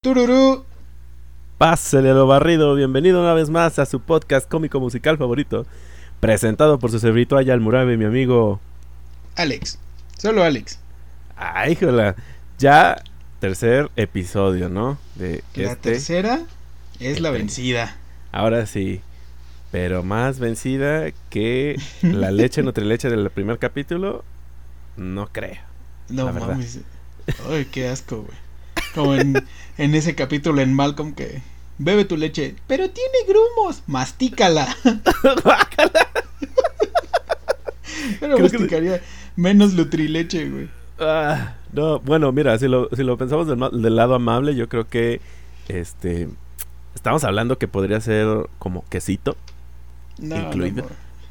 Tururú. Pásele a lo barrido, bienvenido una vez más a su podcast cómico musical favorito, presentado por su cebrito Aya Almurabe, mi amigo Alex, solo Alex. Ay, jola, ya tercer episodio, ¿no? La tercera es la vencida. Ahora sí, pero más vencida que la leche nutrileche del primer capítulo, no creo. No mames. Ay, qué asco, güey. Como en ese capítulo en Malcolm que bebe tu leche, pero tiene grumos, mastícala. Pero creo masticaría menos nutrileche, güey. No, bueno, mira, si lo pensamos del lado amable, yo creo que estamos hablando que podría ser como quesito incluido.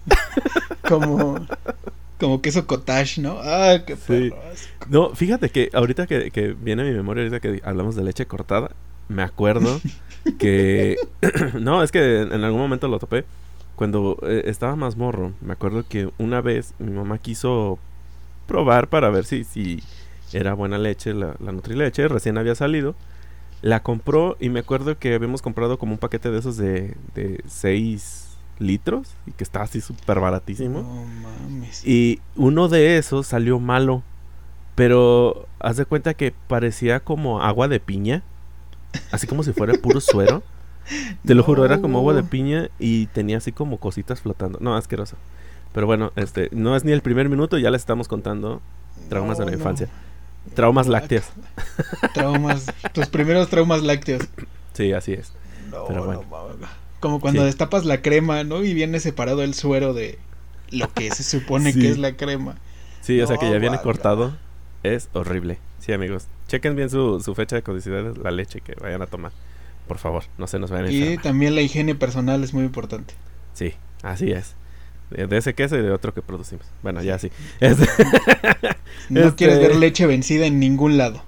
Como queso cottage, ¿no? Ah, qué sí. perro asco. No, fíjate que ahorita que viene a mi memoria, ahorita que hablamos de leche cortada, me acuerdo que... No, es que en algún momento lo topé. Cuando estaba más morro, me acuerdo que una vez mi mamá quiso probar para ver si era buena leche, la nutrileche, recién había salido. La compró y me acuerdo que habíamos comprado como un paquete de esos de 6 litros y que estaba así súper baratísimo. No mames. Y uno de esos salió malo, pero haz de cuenta que parecía como agua de piña, así como si fuera puro suero. Te lo juro, era como agua de piña y tenía así como cositas flotando. No, asqueroso. Pero bueno, no es ni el primer minuto, ya le estamos contando traumas de la infancia. Traumas lácteos. Tus primeros traumas lácteos. Sí, así es. Pero bueno. Como cuando destapas la crema, ¿no? Y viene separado el suero de lo que se supone que es la crema. Sí, o sea que ya viene cortado. Es horrible. Sí, amigos. Chequen bien su fecha de caducidad de la leche que vayan a tomar. Por favor, no se nos vayan a enfermar. Y también la higiene personal es muy importante. Sí, así es. De ese queso y de otro que producimos. Bueno, ya sí. No quieres ver leche vencida en ningún lado.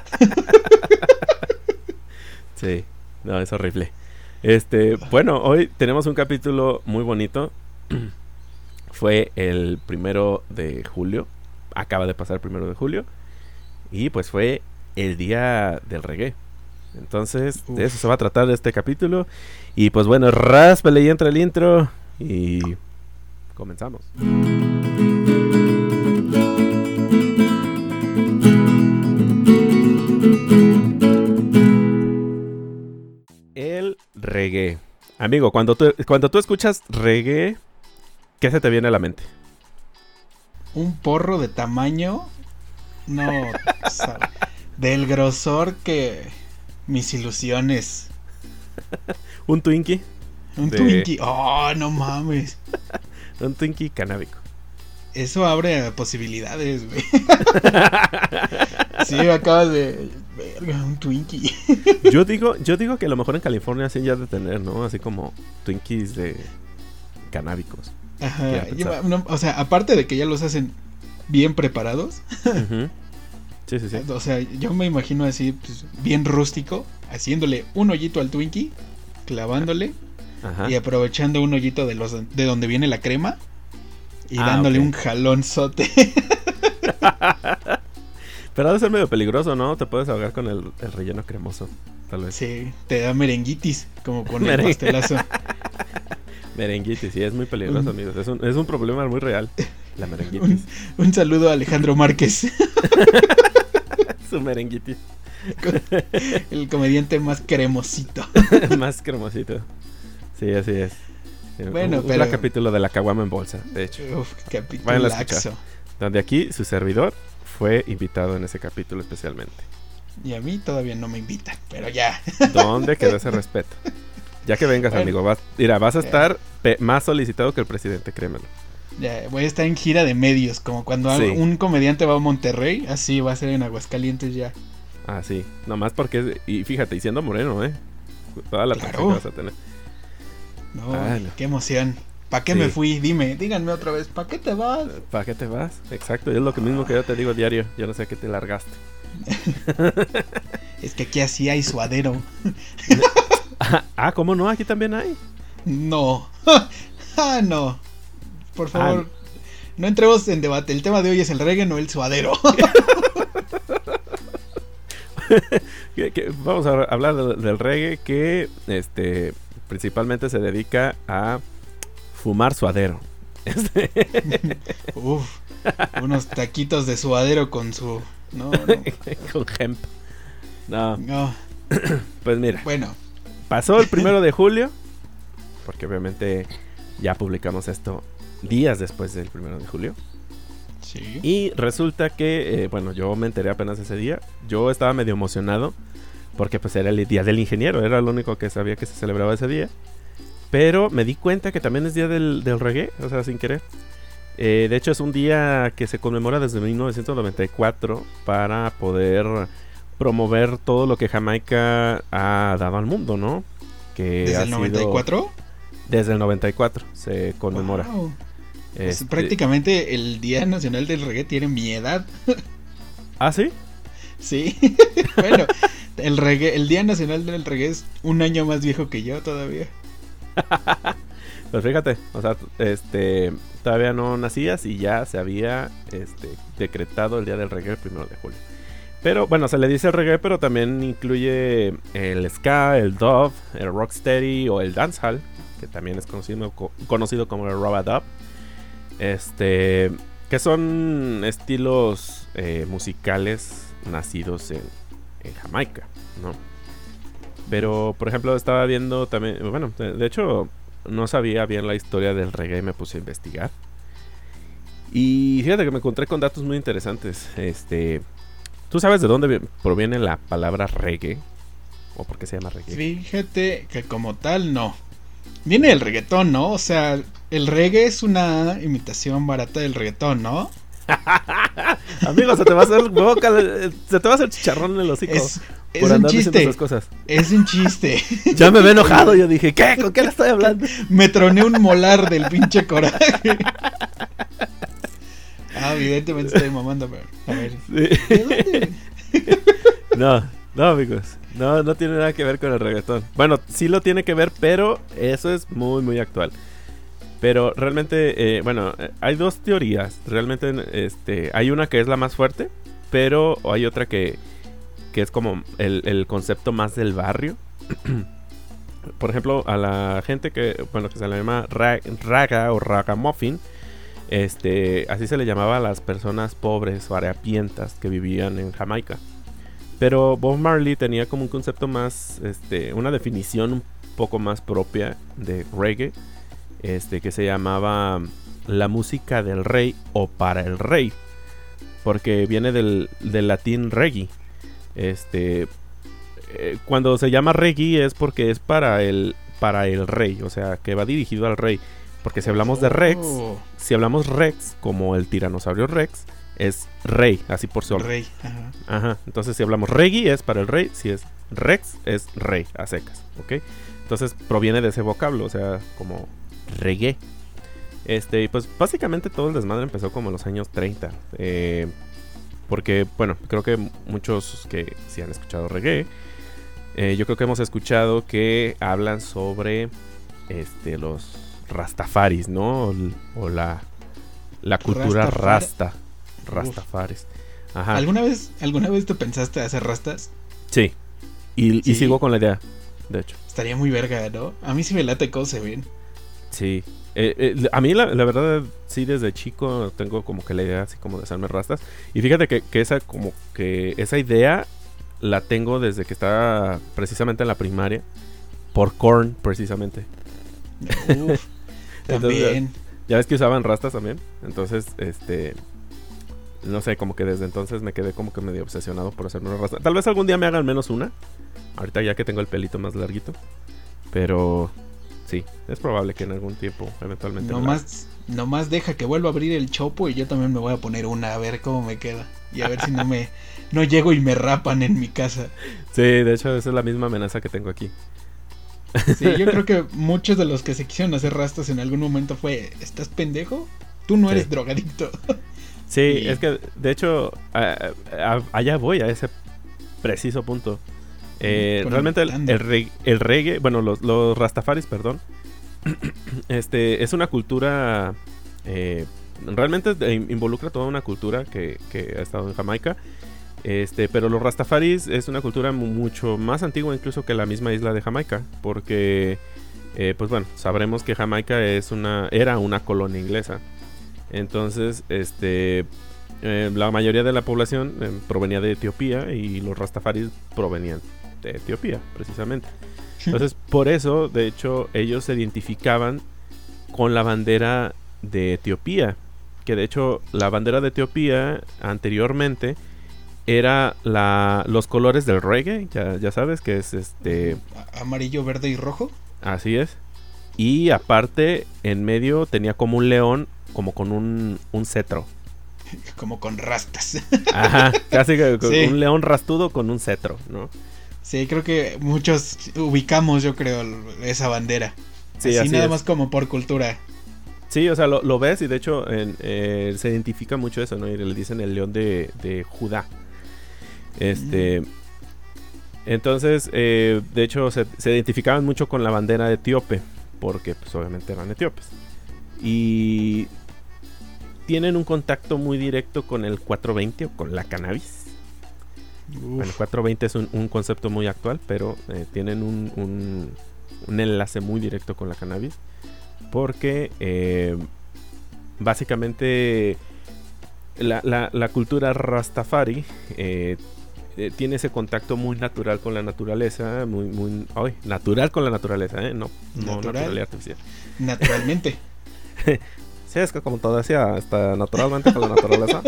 Sí, no, es horrible. Bueno, hoy tenemos un capítulo muy bonito. Fue el 1 de julio. Acaba de pasar el 1 de julio. Y pues fue el día del reggae. Entonces, de eso se va a tratar este capítulo. Y pues bueno, ráspale y entra el intro. Y comenzamos. El reggae. Amigo, cuando tú escuchas reggae, ¿qué se te viene a la mente? Un porro de tamaño, no, del grosor que mis ilusiones. ¿Un Twinkie? Twinkie, oh, no mames. Un Twinkie canábico. Eso abre posibilidades, güey. Sí, me acabas de... Verga, un Twinkie. Yo digo que a lo mejor en California sí ya de tener, ¿no? Así como Twinkies de canábicos. Ajá. O sea, aparte de que ya los hacen bien preparados. Uh-huh. Sí. O sea, yo me imagino así, pues, bien rústico, haciéndole un hoyito al Twinkie, clavándole. Ajá. Y aprovechando un hoyito de donde viene la crema. Y dándole un jalonzote. Pero ha de ser medio peligroso, ¿no? Te puedes ahogar con el relleno cremoso, tal vez. Sí, te da merenguitis, como con el pastelazo. Merenguitis, sí, es muy peligroso, amigos. Es un problema muy real, la merenguitis. Un saludo a Alejandro Márquez. Su merenguitis. El comediante más cremosito. Más cremosito. Sí, así es. Bueno, pero... Un capítulo de la caguama en bolsa, de hecho. Capítulo laxo. Donde aquí su servidor fue invitado en ese capítulo especialmente. Y a mí todavía no me invitan, pero ya. ¿Dónde quedó ese respeto? Ya que vengas, amigo, vas a estar más solicitado que el presidente, créemelo. Ya, voy a estar en gira de medios, como cuando un comediante va a Monterrey, así va a ser en Aguascalientes ya. Ah, sí, nomás porque, y fíjate, y siendo moreno, toda la atención que vas a tener. No, qué emoción. ¿Para qué me fui? Díganme otra vez, ¿para qué te vas? ¿Para qué te vas? Exacto, es lo mismo que yo te digo diario. Yo no sé a qué te largaste. Es que aquí así hay suadero. ¿Cómo no? Aquí también hay. No. No. Por favor, no entremos en debate. El tema de hoy es el reggae, no el suadero. Vamos a hablar del reggae que principalmente se dedica a fumar suadero. Uf, unos taquitos de suadero con su... No. Con hemp. No. Pues mira. Bueno. Pasó el 1 de julio. Porque obviamente ya publicamos esto días después del 1 de julio. Sí. Y resulta que, yo me enteré apenas ese día. Yo estaba medio emocionado. Porque pues era el día del ingeniero. Era lo único que sabía que se celebraba ese día. Pero me di cuenta que también es día del reggae. O sea, sin querer. De hecho es un día que se conmemora desde 1994 para poder promover todo lo que Jamaica ha dado al mundo, ¿no? Que ¿Desde el 94? Desde el 94 se conmemora. Wow. Pues prácticamente el Día Nacional del Reggae tiene mi edad. ¿Ah, sí? Sí. Bueno, el Día Nacional del Reggae es un año más viejo que yo todavía. Pues fíjate, o sea, todavía no nacías y ya se había decretado el Día del Reggae el 1 de julio. Pero bueno, se le dice reggae, pero también incluye el ska, el dub, el rocksteady o el dancehall, que también es conocido como el rub-a-dub. Que son estilos musicales nacidos en Jamaica, ¿no? Pero, por ejemplo, estaba viendo también... Bueno, de hecho, no sabía bien la historia del reggae y me puse a investigar. Y fíjate que me encontré con datos muy interesantes. ¿Tú sabes de dónde proviene la palabra reggae? ¿O por qué se llama reggae? Fíjate que como tal, no. Viene del reggaetón, ¿no? O sea, el reggae es una imitación barata del reggaetón, ¿no? Amigo, se te va a hacer boca, se te va a hacer chicharrón en el hocico. Es un chiste. Esas cosas. Es un chiste. Ya me ve enojado. Yo dije, ¿qué? ¿Con qué le estoy hablando? Me troné un molar del pinche coraje. Evidentemente estoy mamando, pero a ver. Sí. No, amigos. No tiene nada que ver con el reggaetón. Bueno, sí lo tiene que ver, pero eso es muy, muy actual. Pero realmente, hay dos teorías. Realmente, hay una que es la más fuerte, pero hay otra que es como el concepto más del barrio. Por ejemplo, a la gente que se le llama raga o ragamuffin, así se le llamaba a las personas pobres o harapientas que vivían en Jamaica. Pero Bob Marley tenía como un concepto más, una definición un poco más propia de reggae, que se llamaba la música del rey o para el rey, porque viene del latín reggae. Cuando se llama reggae es porque es para el rey, o sea, que va dirigido al rey. Porque si hablamos de Rex, como el tiranosaurio Rex, es rey, así por solo. Rey, ajá. Entonces si hablamos reggae es para el rey, si es Rex es rey, a secas, ¿ok? Entonces proviene de ese vocablo, o sea, como reggae. Pues básicamente todo el desmadre empezó como en los años 30. Porque, creo que muchos que sí han escuchado reggae, yo creo que hemos escuchado que hablan sobre los rastafaris, ¿no? O la cultura rastafaris. Ajá. ¿Alguna vez te pensaste hacer rastas? Sí. Y sigo con la idea, de hecho. Estaría muy verga, ¿no? A mí sí me late cómo se ven. Sí. A mí la verdad sí, desde chico tengo como que la idea así como de hacerme rastas. Y fíjate que esa idea la tengo desde que estaba precisamente en la primaria. Por Korn, precisamente. Uf, también. Entonces, ya ves que usaban rastas también. Entonces, no sé, como que desde entonces me quedé como que medio obsesionado por hacerme una rasta. Tal vez algún día me haga al menos una. Ahorita ya que tengo el pelito más larguito. Pero sí, es probable que en algún tiempo eventualmente nomás deja que vuelva a abrir el chopo y yo también me voy a poner una a ver cómo me queda. Y a ver si no llego y me rapan en mi casa. Sí, de hecho esa es la misma amenaza que tengo aquí. Sí, yo creo que muchos de los que se quisieron hacer rastas en algún momento fue, ¿estás pendejo? Tú no eres drogadicto. Sí, es que de hecho allá voy a ese preciso punto. Realmente el reggae, los rastafaris, perdón, es una cultura, realmente involucra toda una cultura que ha estado en Jamaica. Pero los rastafaris es una cultura mucho más antigua incluso que la misma isla de Jamaica, porque pues bueno, sabremos que Jamaica era una colonia inglesa. Entonces, la mayoría de la población provenía de Etiopía y los rastafaris provenían de Etiopía, precisamente. Entonces, por eso, de hecho, ellos se identificaban con la bandera de Etiopía, que de hecho la bandera de Etiopía anteriormente era los colores del reggae, ya sabes que es amarillo, verde y rojo. Así es. Y aparte, en medio tenía como un león, como con un cetro. Como con rastas. Ajá, casi que Sí. Un león rastudo con un cetro, ¿no? Sí, creo que muchos ubicamos, yo creo, esa bandera. Sí, así nada es. Más como por cultura. Sí, o sea, lo ves y de hecho se identifica mucho eso, ¿no? Y le dicen el león de Judá. Entonces, de hecho, se identificaban mucho con la bandera etíope, porque pues obviamente eran etíopes. Y tienen un contacto muy directo con el 420 o con la cannabis. Bueno, el 420 es un concepto muy actual, pero tienen un enlace muy directo con la cannabis, porque básicamente la cultura Rastafari tiene ese contacto muy natural con la naturaleza, muy natural con la naturaleza, no natural y artificial. Naturalmente. Sí, es que como te decía, está naturalmente con la naturaleza.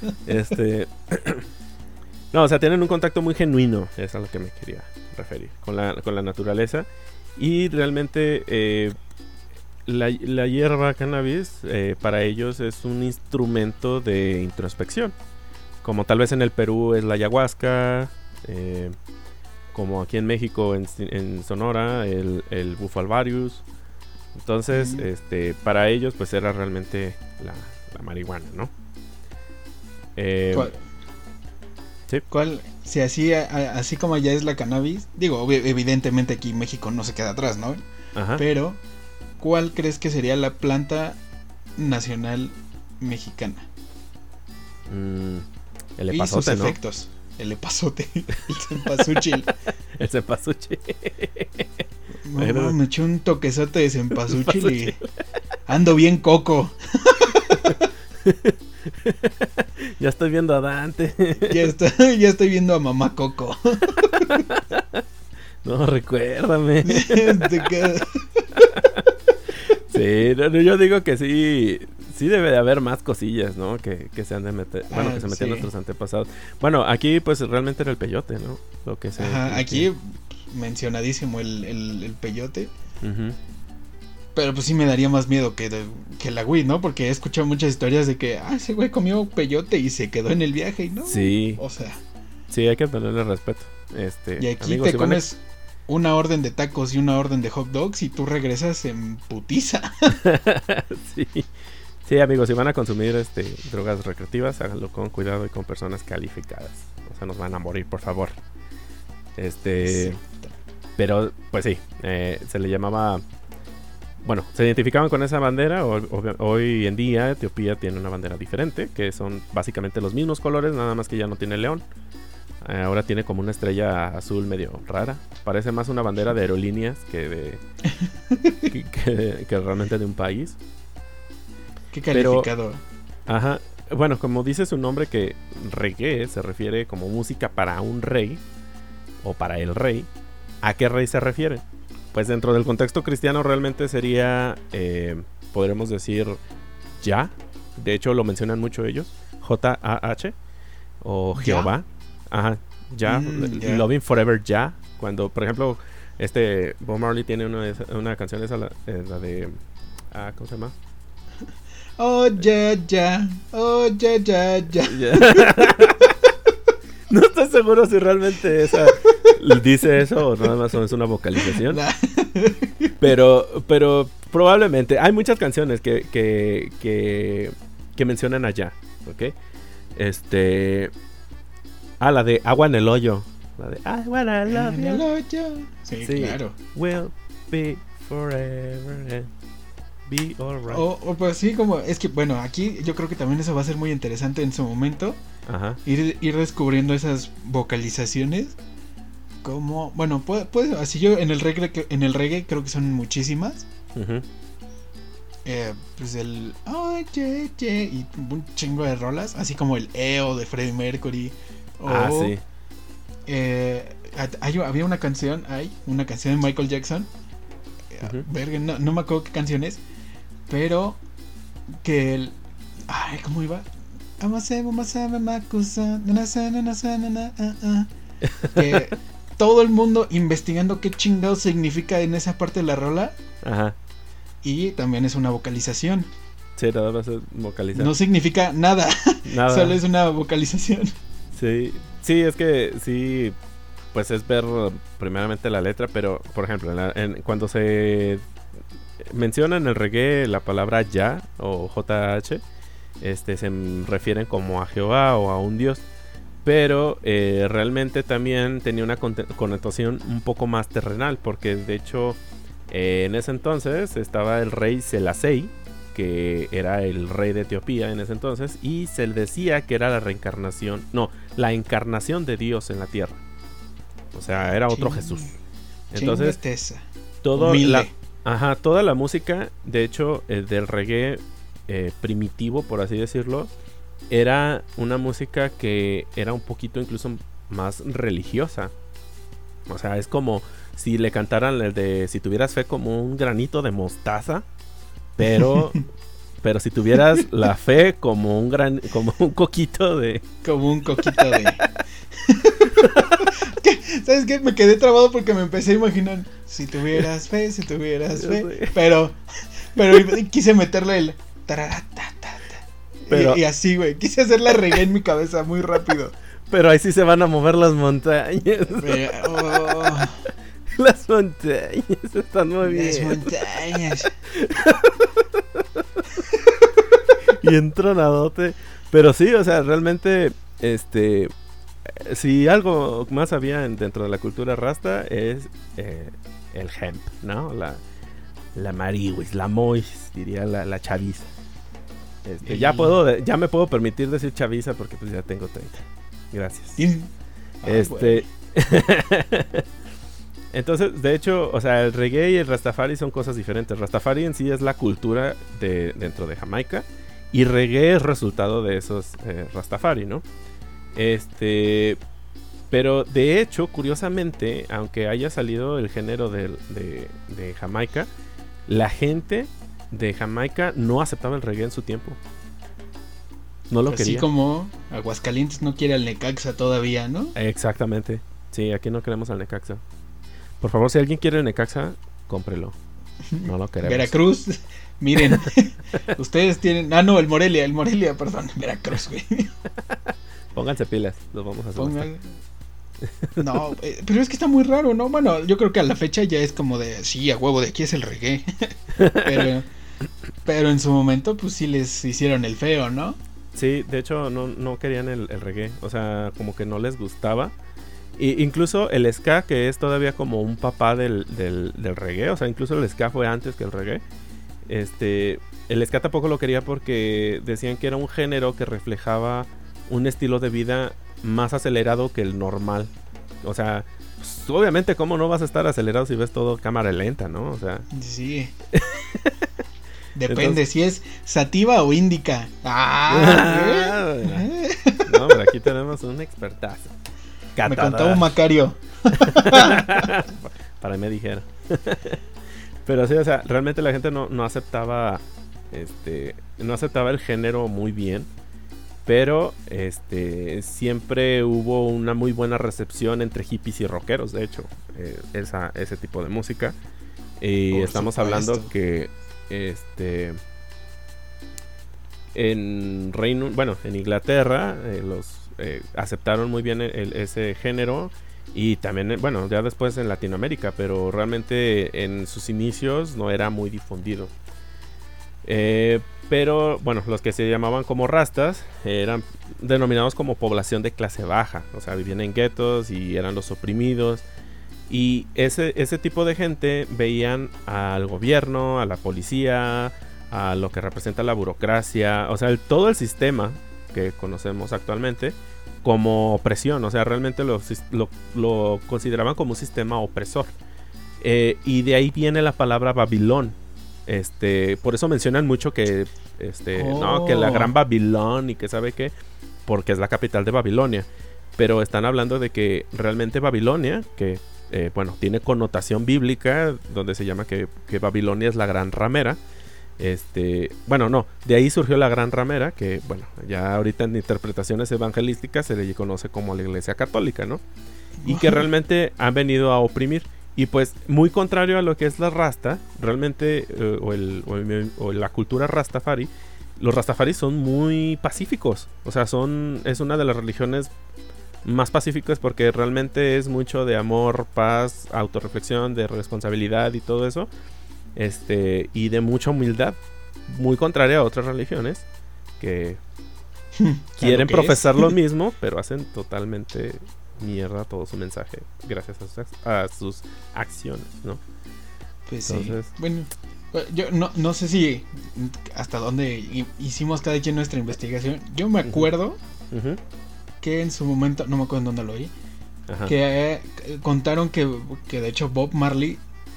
No, o sea, tienen un contacto muy genuino, es a lo que me quería referir, con la naturaleza. Y realmente la hierba cannabis para ellos es un instrumento de introspección. Como tal vez en el Perú es la ayahuasca, como aquí en México, en Sonora, el Bufalvarius. Entonces, para ellos pues era realmente la marihuana, ¿no? ¿Cuál? Si así como allá es la cannabis, digo, evidentemente aquí México no se queda atrás, ¿no? Ajá. Pero, ¿cuál crees que sería la nacional mexicana? El epazote, y sus ¿no? efectos. El epazote, el cempasúchil. El cempasúchil. No, me eché un toquezote de cempasúchil y ando bien coco. Ya estoy viendo a Dante. Ya estoy viendo a mamá Coco. No, recuérdame. Sí, yo digo que sí debe de haber más cosillas, ¿no? Que se han de meter, bueno, que se metían nuestros antepasados. Bueno, aquí pues realmente era el peyote, ¿no? Lo que se. Ajá, aquí mencionadísimo el peyote. Uh-huh. Pero pues sí me daría más miedo que la weed, ¿no? Porque he escuchado muchas historias de que ese güey comió peyote y se quedó en el viaje y no. Sí. O sea. Sí, hay que tenerle respeto. Y aquí amigos, te comes una orden de tacos y una orden de hot dogs y tú regresas en putiza. Sí, amigos, si van a consumir drogas recreativas, háganlo con cuidado y con personas calificadas. O sea, nos van a morir, por favor. Sí. Pero, pues sí, se le llamaba. Bueno, se identificaban con esa bandera. Hoy en día Etiopía tiene una bandera diferente, que son básicamente los mismos colores, nada más que ya no tiene león. Ahora tiene como una estrella azul medio rara. Parece más una bandera de aerolíneas que realmente de un país. Qué calificado. Ajá. Bueno, como dice su nombre, que reggae se refiere como música para un rey o para el rey. ¿A qué rey se refiere? Pues dentro del contexto cristiano realmente sería, podremos decir, Yah. De hecho lo mencionan mucho ellos, J-A-H o Jehová. Ajá, Yah, Loving Forever Yah. Cuando, por ejemplo, Bob Marley tiene una canción, esa la de, ¿cómo se llama? Oh ya, oh ya. No estoy seguro si realmente esa dice eso o nada más es una vocalización. Pero probablemente hay muchas canciones que mencionan allá, ¿ok? La de Agua en el Hoyo. La de I wanna love you. En el hoyo. Sí, claro. Will be forever. be alright. O pues sí, como, es que bueno, aquí yo creo que también eso va a ser muy interesante en su momento. Ajá. Ir descubriendo esas vocalizaciones. Como, bueno, puede, así yo en el reggae creo que son muchísimas. Uh-huh. Pues el y un chingo de rolas, así como el EO de Freddie Mercury. Sí. Había una canción de Michael Jackson. Uh-huh. Verga, no me acuerdo qué canción es, pero que ¿cómo iba? Que todo el mundo investigando qué chingado significa en esa parte de la rola. Ajá. Y también es una vocalización. Sí, nada más es vocalizar. No significa nada. Solo es una vocalización. Sí, es que sí, pues es ver primeramente la letra, pero por ejemplo, cuando se menciona en el reggae la palabra Yah o JH, se refieren como a Jehová o a un dios. Pero realmente también tenía una connotación un poco más terrenal, porque de hecho en ese entonces estaba el rey Selassie, que era el rey de Etiopía en ese entonces, y se le decía que era la encarnación de Dios en la tierra. O sea, era otro Jesús. Entonces, toda la música, de hecho, del reggae primitivo, por así decirlo, era una música que era un poquito incluso más religiosa. O sea, es como si le cantaran el de si tuvieras fe como un granito de mostaza, pero si tuvieras la fe como un coquito de... Como un coquito de... ¿Sabes qué? Me quedé trabado porque me empecé a imaginar si tuvieras fe, pero quise meterle el y así, güey, quise hacer la reggae en mi cabeza muy rápido. Pero ahí sí se van a mover las montañas. Las montañas están muy bien. Las montañas. Y entronadote. Pero sí, o sea, realmente, si algo más había dentro de la cultura rasta es el hemp, ¿no? La marihuis, la mois, diría la chaviza. Ya me puedo permitir decir chaviza porque pues ya tengo 30. Gracias. Entonces, de hecho, o sea, el reggae y el rastafari son cosas diferentes. Rastafari en sí es la cultura dentro de Jamaica, y reggae es resultado de esos rastafari, ¿no? Pero de hecho, curiosamente, aunque haya salido el género de Jamaica, la gente de Jamaica no aceptaba el reggae en su tiempo. No lo quería. Así como Aguascalientes no quiere al Necaxa todavía, ¿no? Exactamente. Sí, aquí no queremos al Necaxa. Por favor, si alguien quiere el Necaxa, cómprelo. No lo queremos. Veracruz, miren, ustedes tienen... no, el Morelia, perdón. Veracruz, güey. Pónganse pilas, los vamos a hacer. No, pero es que está muy raro, ¿no? Bueno, yo creo que a la fecha ya es como de... Sí, a huevo, de aquí es el reggae. pero en su momento, pues sí les hicieron el feo, ¿no? Sí, de hecho no querían el reggae. O sea, como que no les gustaba. Y incluso el ska, que es todavía como un papá del reggae. O sea, incluso el ska fue antes que el reggae. El ska tampoco lo quería porque decían que era un género que reflejaba un estilo de vida más acelerado que el normal. O sea, pues, obviamente, ¿cómo no vas a estar acelerado si ves todo cámara lenta, no? O sea... Sí. Depende. Entonces, si es sativa o índica. No, pero aquí tenemos un expertazo. Me contaba un Macario. Para mí me dijeron. Pero sí, o sea, realmente la gente no aceptaba no aceptaba el género muy bien. Pero siempre hubo una muy buena recepción entre hippies y rockeros, de hecho, ese tipo de música. Y estamos hablando que en Inglaterra los aceptaron muy bien ese género, y también, bueno, ya después en Latinoamérica, pero realmente en sus inicios no era muy difundido. Pero bueno, los que se llamaban como rastas eran denominados como población de clase baja, o sea, vivían en guetos y eran los oprimidos. Y ese tipo de gente veían al gobierno, a la policía, a lo que representa la burocracia, o sea, todo el sistema que conocemos actualmente como opresión, o sea, realmente lo consideraban como un sistema opresor. Y de ahí viene la palabra Babilón. Por eso mencionan mucho que no, que la gran Babilón y que sabe qué, porque es la capital de Babilonia. Pero están hablando de que realmente Babilonia, que bueno, tiene connotación bíblica, donde se llama que Babilonia es la gran ramera. Bueno, no, de ahí surgió la gran ramera, que bueno, ya ahorita en interpretaciones evangelísticas se le conoce como la Iglesia Católica, ¿no? Y que realmente han venido a oprimir. Y pues muy contrario a lo que es la Rasta, realmente, o la cultura Rastafari, los Rastafaris son muy pacíficos. O sea, es una de las religiones más pacíficas porque realmente es mucho de amor, paz, autorreflexión, de responsabilidad y todo eso. Y de mucha humildad, muy contraria a otras religiones que quieren profesar lo mismo, pero hacen totalmente mierda todo su mensaje gracias a sus acciones, ¿no? Pues entonces, sí. Bueno, yo no sé si hasta dónde hicimos cada quien nuestra investigación. Yo me acuerdo que en su momento, no me acuerdo en dónde lo oí, que contaron que de hecho Bob Marley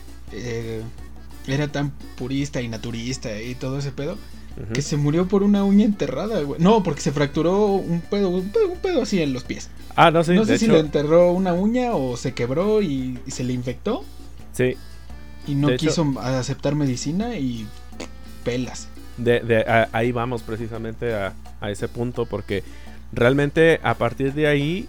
era tan purista y naturista y todo ese pedo, que se murió por una uña enterrada, güey. No, porque se fracturó un pedo así en los pies. Ah, no, sí. No sé si le enterró una uña o se quebró y se le infectó. Sí. Y no quiso aceptar medicina y pelas. Ahí vamos precisamente a ese punto, porque realmente a partir de ahí,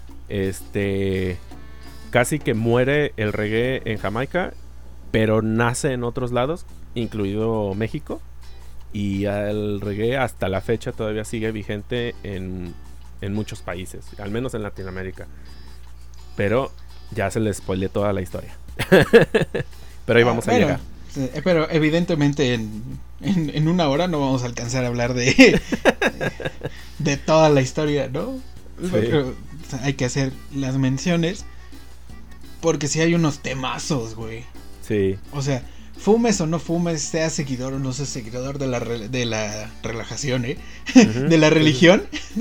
casi que muere el reggae en Jamaica, pero nace en otros lados, incluido México, y el reggae hasta la fecha todavía sigue vigente en muchos países, al menos en Latinoamérica. Pero ya se les spoileé toda la historia. Pero ahí vamos a llegar. Pero evidentemente en una hora no vamos a alcanzar a hablar de toda la historia, ¿no? Sí. Pero hay que hacer las menciones, porque sí hay unos temazos, güey. Sí. O sea, fumes o no fumes, seas seguidor o no seas seguidor de la relajación, de la religión.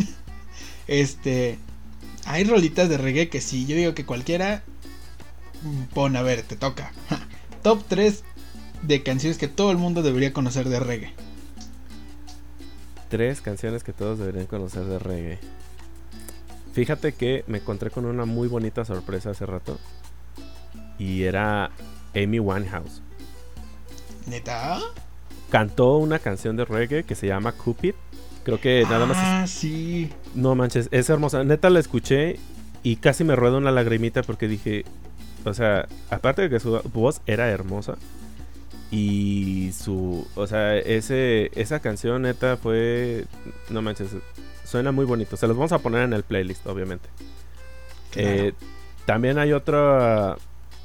Hay rolitas de reggae que sí, yo digo que cualquiera pon, a ver, te toca. Top 3 de canciones que todo el mundo debería conocer de reggae. 3 canciones que todos deberían conocer de reggae. Fíjate que me encontré con una muy bonita sorpresa hace rato. Y era Amy Winehouse. ¿Neta? Cantó una canción de reggae que se llama Cupid. Creo que nada más. Ah, sí. No manches, es hermosa. Neta la escuché y casi me rueda una lagrimita porque dije, o sea, aparte de que su voz era hermosa y o sea, esa canción neta fue, no manches, suena muy bonito. Se los vamos a poner en el playlist, obviamente. Claro. También hay otro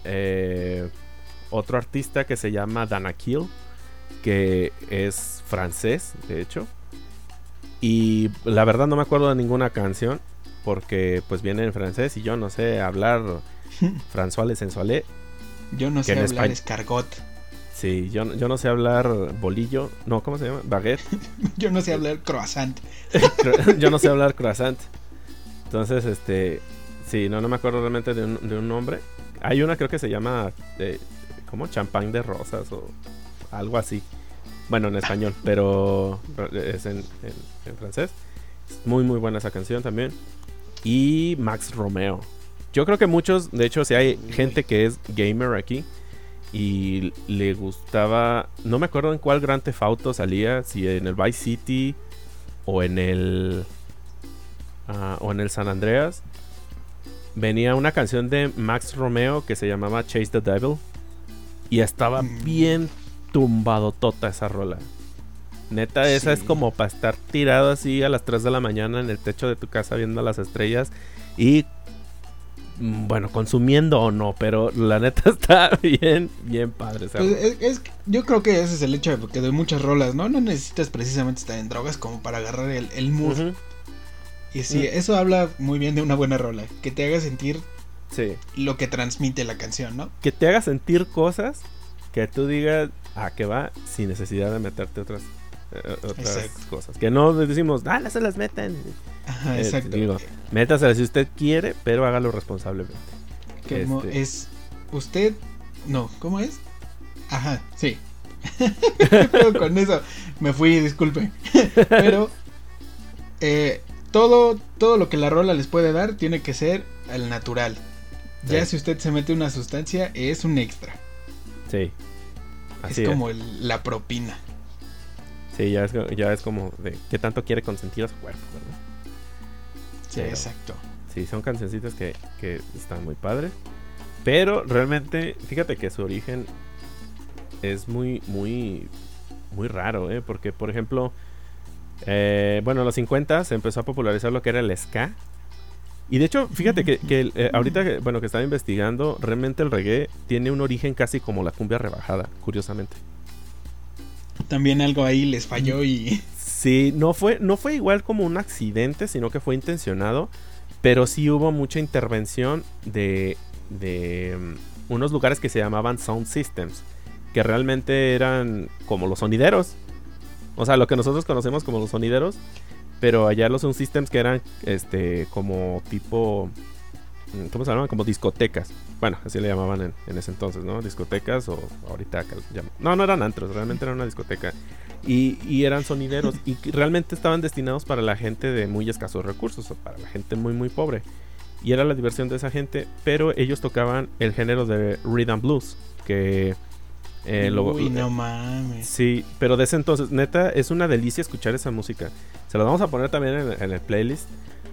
artista que se llama Danakil, que es francés, de hecho. Y la verdad no me acuerdo de ninguna canción, porque pues viene en francés y yo no sé hablar françois sensualé. Yo no sé hablar escargot. Sí, yo no sé hablar bolillo. No, ¿cómo se llama? Baguette. Yo no sé hablar croissant. Yo no sé hablar croissant. Entonces, sí, no me acuerdo realmente de un nombre. Hay una, creo que se llama ¿cómo? Champán de rosas o algo así. Bueno, en español, pero es en francés. Muy muy buena esa canción también. Y Max Romeo. Yo creo que muchos, de hecho, si hay gente que es gamer aquí y le gustaba, no me acuerdo en cuál Grand Theft Auto salía, si en el Vice City o en el San Andreas, venía una canción de Max Romeo que se llamaba Chase the Devil y estaba bien tumbado tota esa rola. Neta, esa es como para estar tirado así a las 3 de la mañana en el techo de tu casa viendo las estrellas y bueno, consumiendo o no, pero la neta está bien padre. Pues yo creo que ese es el hecho de que de muchas rolas, ¿no? No necesitas precisamente estar en drogas como para agarrar el mood. Y sí, eso habla muy bien de una buena rola, que te haga sentir Sí. lo que transmite la canción, ¿no? Que te haga sentir cosas que tú digas que va sin necesidad de meterte otras cosas. Que no decimos, no se las metan. Ajá, exacto. Digo, métaselas si usted quiere, pero hágalo responsablemente. Como es usted, no, ¿cómo es? Ajá, sí. Pero con eso me fui, disculpe. Pero todo lo que la rola les puede dar tiene que ser al natural. Sí. Ya si usted se mete una sustancia es un extra. Sí. Así es como la propina. Sí, ya es como de qué tanto quiere consentir a su cuerpo, ¿verdad? Sí, pero, exacto. Sí, son cancioncitas que están muy padres. Pero realmente, fíjate que su origen es muy, muy, muy raro, ¿eh? Porque, por ejemplo, en los 50 se empezó a popularizar lo que era el ska. Y de hecho, fíjate que ahorita que estaba investigando, realmente el reggae tiene un origen casi como la cumbia rebajada, curiosamente. También algo ahí les falló y... Sí, no fue igual como un accidente, sino que fue intencionado. Pero sí hubo mucha intervención de unos lugares que se llamaban sound systems, que realmente eran como los sonideros. O sea, lo que nosotros conocemos como los sonideros, pero allá los sound systems que eran como tipo, ¿cómo se llamaban? Como discotecas. Bueno, así le llamaban en ese entonces, ¿no? Discotecas o ahorita no eran antros, realmente era una discoteca. Y eran sonideros y realmente estaban destinados para la gente de muy escasos recursos, o para la gente muy muy pobre. Y era la diversión de esa gente, pero ellos tocaban el género de rhythm blues, que... no mames. Sí, pero de ese entonces, neta, es una delicia escuchar esa música. Se la vamos a poner también en el playlist.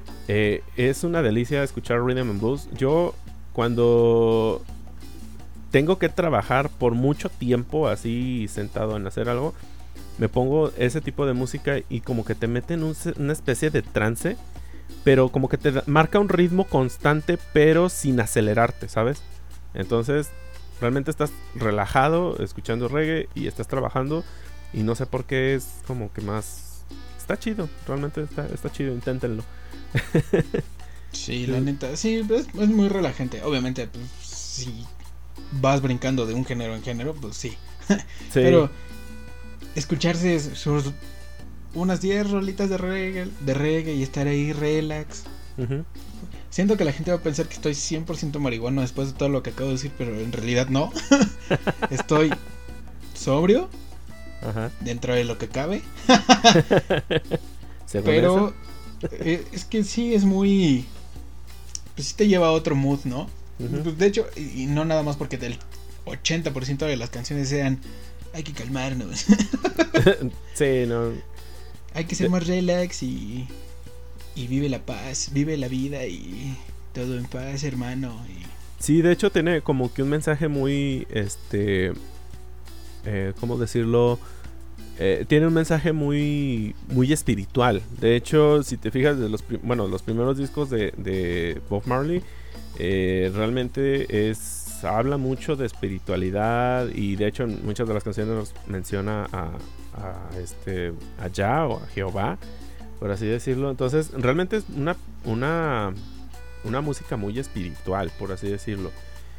Es una delicia escuchar rhythm and blues. Yo, cuando tengo que trabajar por mucho tiempo así sentado en hacer algo, me pongo ese tipo de música y como que te mete en una especie de trance, pero como que te marca un ritmo constante, pero sin acelerarte, ¿sabes? Entonces, realmente estás relajado escuchando reggae y estás trabajando y no sé por qué es como que más... Está chido, realmente está chido, inténtenlo. Sí, la neta, sí, es muy relajante. Obviamente, pues, si vas brincando de un género en género, pues sí. Sí. Pero escucharse unas 10 rolitas de reggae y estar ahí relax. Uh-huh. Siento que la gente va a pensar que estoy 100% marihuano después de todo lo que acabo de decir, pero en realidad no. Estoy sobrio. Ajá. Dentro de lo que cabe. Pero es que sí es muy... Pues sí te lleva a otro mood, ¿no? Uh-huh. De hecho, y no nada más porque el 80% de las canciones sean hay que calmarnos. Sí, no. Hay que ser más relax y vive la paz, vive la vida y todo en paz, hermano. Sí, de hecho tiene como que un mensaje muy, ¿cómo decirlo? Tiene un mensaje muy, muy espiritual. De hecho, si te fijas de los primeros discos de Bob Marley, realmente habla mucho de espiritualidad y de hecho en muchas de las canciones menciona a Yah o a Jehová, por así decirlo. Entonces realmente es una música muy espiritual, por así decirlo.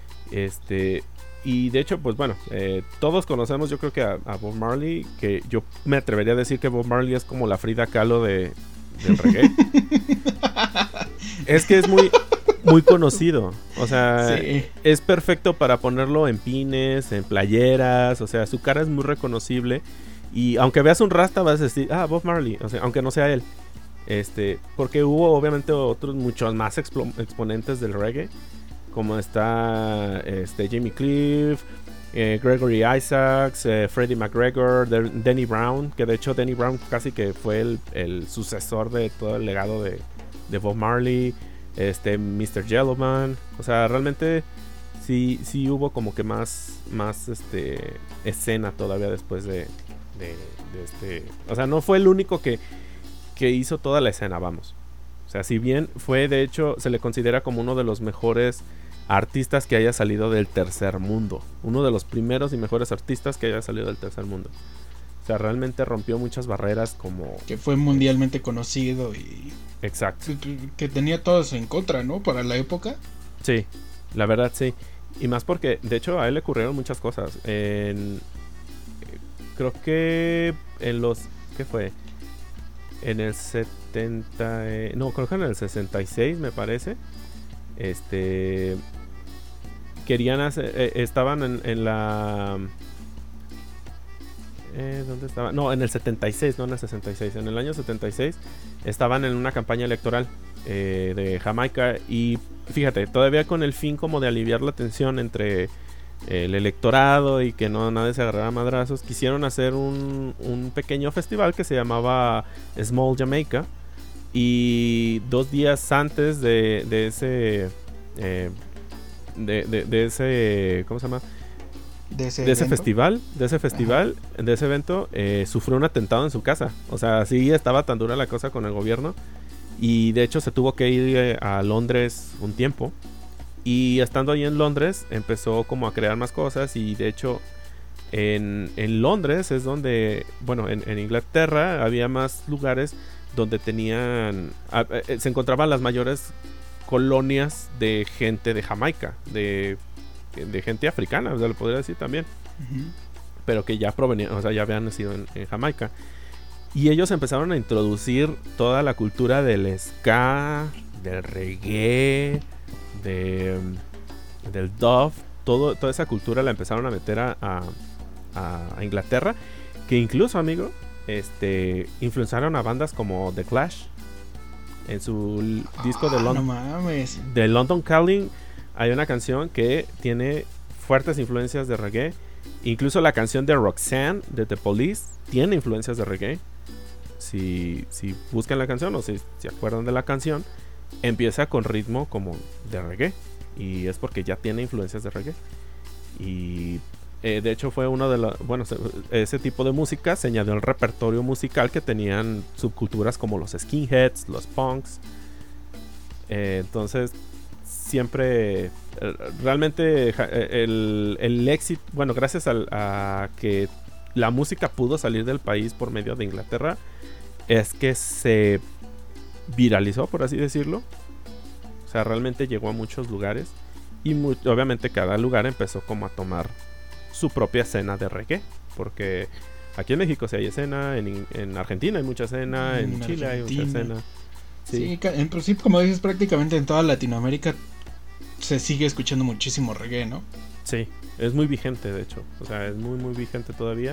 Y de hecho, pues bueno, todos conocemos, yo creo que a Bob Marley, que yo me atrevería a decir que Bob Marley es como la Frida Kahlo del reggae. Es que es muy, muy conocido. O sea, sí. Es perfecto para ponerlo en pines, en playeras. O sea, su cara es muy reconocible. Y aunque veas un rasta vas a decir, Bob Marley. O sea, aunque no sea él. Porque hubo obviamente otros muchos más exponentes del reggae. Como está Jimmy Cliff, Gregory Isaacs, Freddie McGregor, Danny Brown. Que de hecho Danny Brown casi que fue el sucesor de todo el legado de Bob Marley. Mr. Yellowman. O sea, realmente sí hubo como que más escena todavía después de o sea, no fue el único que hizo toda la escena, vamos. O sea, si bien fue, de hecho, se le considera como uno de los mejores artistas que haya salido del tercer mundo. Uno de los primeros y mejores artistas que haya salido del tercer mundo. O sea, realmente rompió muchas barreras como... Que fue mundialmente conocido y... Exacto. Que tenía todo eso en contra, ¿no? Para la época. Sí. La verdad, sí. Y más porque, de hecho, a él le ocurrieron muchas cosas. Creo que en los... ¿Qué fue? En el 70... no, creo que en el 66, me parece. Querían hacer... estaban en la... ¿dónde estaba? No, en el 76, no en el 66. En el año 76 estaban en una campaña electoral de Jamaica. Y fíjate, todavía con el fin como de aliviar la tensión entre el electorado y que no nadie se agarrara a madrazos, quisieron hacer un pequeño festival que se llamaba Small Jamaica. Y 2 días antes de ese de ese ¿cómo se llama? De ese festival, de ese evento, sufrió un atentado en su casa. O sea, sí estaba tan dura la cosa con el gobierno. Y de hecho se tuvo que ir a Londres un tiempo. Y estando ahí en Londres empezó como a crear más cosas. Y de hecho en Londres es donde, bueno, en Inglaterra había más lugares donde tenían... se encontraban las mayores colonias de gente de Jamaica, de gente africana, o sea, lo podría decir también. Pero que ya provenían, o sea, ya habían nacido en Jamaica. Y ellos empezaron a introducir toda la cultura del ska, del reggae, del dub. Toda esa cultura la empezaron a meter a Inglaterra. Que incluso, amigo, influenciaron a bandas como The Clash. En su disco de London Calling hay una canción que tiene fuertes influencias de reggae. Incluso la canción de Roxanne de The Police tiene influencias de reggae. Si buscan la canción o si se acuerdan de la canción, empieza con ritmo como de reggae. Y es porque ya tiene influencias de reggae. Y de hecho fue uno de los... Bueno, ese tipo de música se añadió al repertorio musical que tenían subculturas como los skinheads, los punks. Entonces siempre... realmente el éxito... Bueno, gracias a que la música pudo salir del país por medio de Inglaterra, es que se viralizó, por así decirlo. O sea, realmente llegó a muchos lugares. Y obviamente cada lugar empezó como a tomar su propia escena de reggae. Porque aquí en México sí hay escena, en Argentina hay mucha escena, en Chile hay mucha escena. Sí, en principio, como dices, prácticamente en toda Latinoamérica se sigue escuchando muchísimo reggae, ¿no? Sí, es muy vigente, de hecho. O sea, es muy, muy vigente todavía.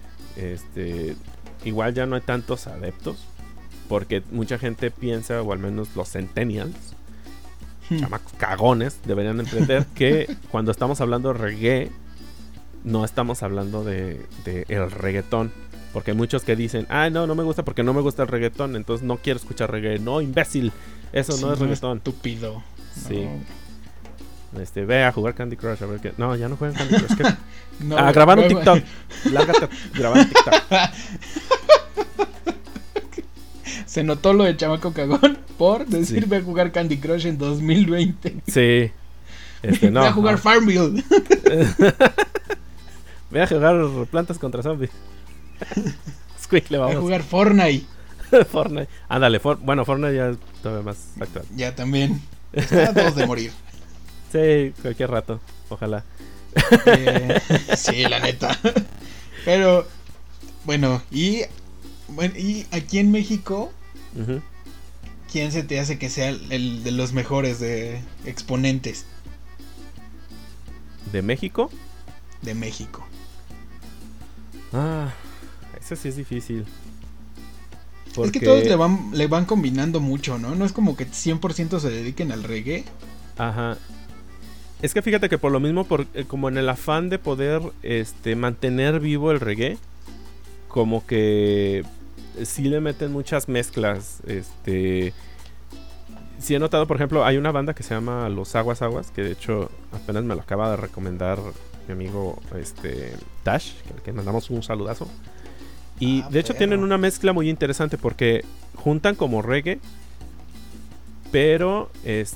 Igual ya no hay tantos adeptos, porque mucha gente piensa, o al menos los centennials, chamacos cagones, deberían entender que cuando estamos hablando de reggae, no estamos hablando de el reggaetón. Porque hay muchos que dicen, no me gusta porque no me gusta el reggaetón, entonces no quiero escuchar reggae. No, imbécil, eso sí, no es reggaetón. Estúpido. Sí. No. Ve a jugar Candy Crush, a ver qué. No, ya no juegan Candy Crush. No, a grabar un TikTok. Lárgate a grabar un TikTok. Se notó lo de chamaco cagón por decir ve a jugar Candy Crush en 2020. Sí. No. Ve a jugar Farmville. Ve a jugar Plantas contra Zombies. Squickle, vamos. Ve a jugar Fortnite. Fortnite. Ándale, bueno, Fortnite ya es todavía más actual. Ya también. Está todos de morir. Sí, cualquier rato, ojalá. Sí, la neta. Pero, bueno, y aquí en México, ¿quién se te hace que sea el de los mejores de exponentes? ¿De México? De México. Eso sí es difícil. Porque... Es que todos le van combinando mucho, ¿no? No es como que 100% se dediquen al reggae. Ajá. Es que fíjate que por lo mismo, como en el afán de poder mantener vivo el reggae, como que sí le meten muchas mezclas. Sí he notado, por ejemplo, hay una banda que se llama Los Aguas Aguas, que de hecho apenas me lo acaba de recomendar mi amigo Tash, que mandamos un saludazo. Y de hecho tienen una mezcla muy interesante porque juntan como reggae, pero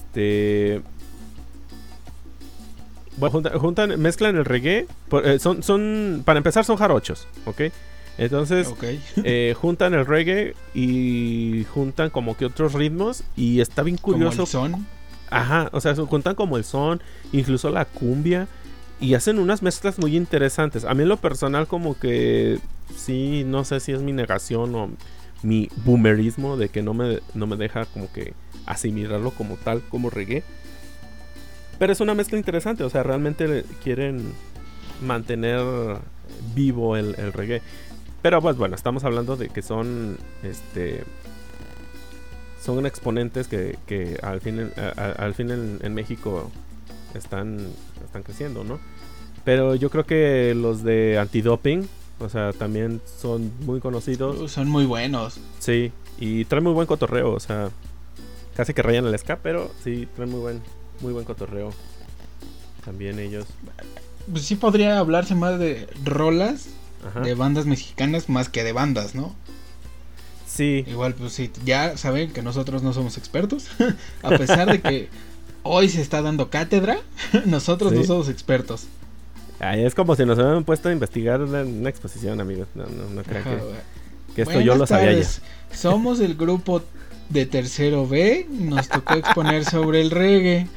bueno, mezclan el reggae. Son para empezar son jarochos, ¿ok? Entonces juntan el reggae y juntan como que otros ritmos y está bien curioso. ¿Como el son? Ajá, o sea, se juntan como el son, incluso la cumbia, y hacen unas mezclas muy interesantes. A mí en lo personal como que sí, no sé si es mi negación o mi boomerismo de que no me deja como que asimilarlo como tal, como reggae. Pero es una mezcla interesante, o sea, realmente quieren mantener vivo el reggae. Pero pues bueno, estamos hablando de que son son exponentes que al fin en México están creciendo, ¿no? Pero yo creo que los de antidoping, o sea, también son muy conocidos. Son muy buenos. Sí, y traen muy buen cotorreo, o sea, casi que rayan el ska, pero sí, traen muy buen cotorreo. También ellos. Pues sí podría hablarse más de rolas, ajá, de bandas mexicanas más que de bandas, ¿no? Sí. Igual, pues sí, ya saben que nosotros no somos expertos. A pesar de que hoy se está dando cátedra, nosotros sí no somos expertos. Ay, es como si nos hubieran puesto a investigar una exposición, amigos. No crean que esto yo lo sabía ya. Somos el grupo de tercero B, nos tocó exponer sobre el reggae.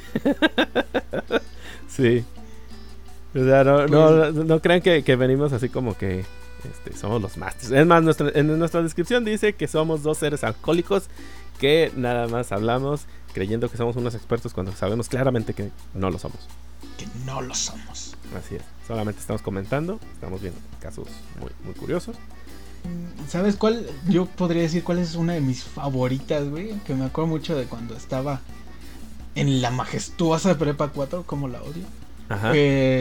Sí. O sea, no crean que venimos así como que somos los masters. Es más, en nuestra descripción dice que somos dos seres alcohólicos que nada más hablamos creyendo que somos unos expertos cuando sabemos claramente que no lo somos. Que no lo somos. Así es. Solamente estamos comentando, estamos viendo casos muy, muy curiosos. ¿Sabes cuál? Yo podría decir cuál es una de mis favoritas, güey. Que me acuerdo mucho de cuando estaba en la majestuosa Prepa 4, como la odio. Ajá.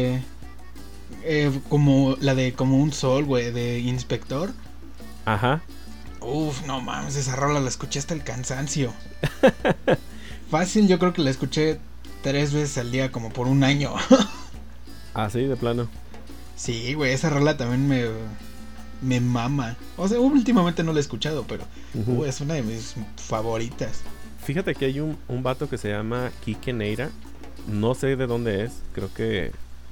Como la de Como un Sol, güey, de Inspector. Ajá. Uf, no mames, esa rola la escuché hasta el cansancio. Fácil, yo creo que la escuché 3 veces al día como por un año. Ah, sí, de plano. Sí, güey, esa rola también me mama. O sea, últimamente no la he escuchado, pero es una de mis favoritas. Fíjate que hay un vato que se llama Quique Neira. No sé de dónde es. Creo que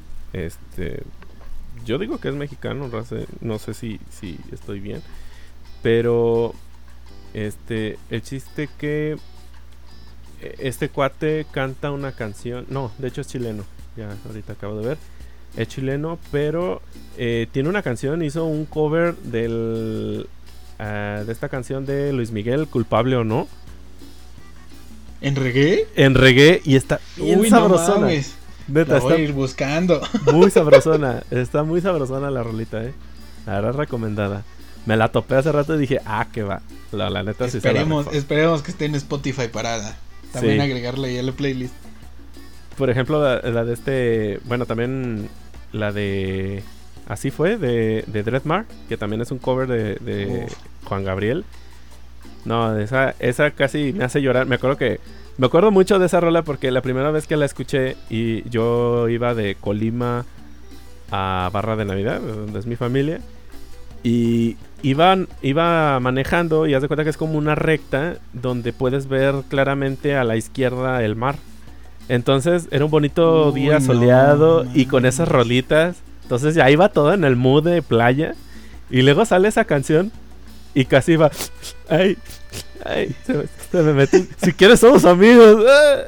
yo digo que es mexicano, no sé si estoy bien. Pero el chiste que este cuate canta una canción. No, de hecho es chileno. Ya ahorita acabo de ver. Es chileno, pero tiene una canción. Hizo un cover de esta canción de Luis Miguel, Culpable o No. ¿En reggae? En reggae, y está bien sabrosona. No mames. La voy a ir buscando. Muy sabrosona. Está muy sabrosona la rolita, La verdad, recomendada. Me la topé hace rato y dije, que va. La neta sí. Esperemos que esté en Spotify parada. También agregarla ahí a la playlist. Por ejemplo, la de bueno, también la de Así Fue, de Dreadmar, que también es un cover de Juan Gabriel. No, esa casi me hace llorar. Me acuerdo mucho de esa rola porque la primera vez que la escuché, y yo iba de Colima a Barra de Navidad, donde es mi familia, y iba manejando, y haz de cuenta que es como una recta donde puedes ver claramente a la izquierda el mar. Entonces era un bonito día soleado, y con esas rolitas. Entonces ya iba todo en el mood de playa. Y luego sale esa canción y casi iba. Ay, se me metió. Si quieres somos amigos.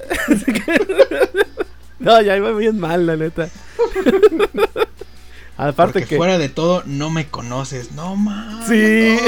No, ya iba bien mal, la neta. Aparte porque fuera de todo no me conoces. No mames. Sí.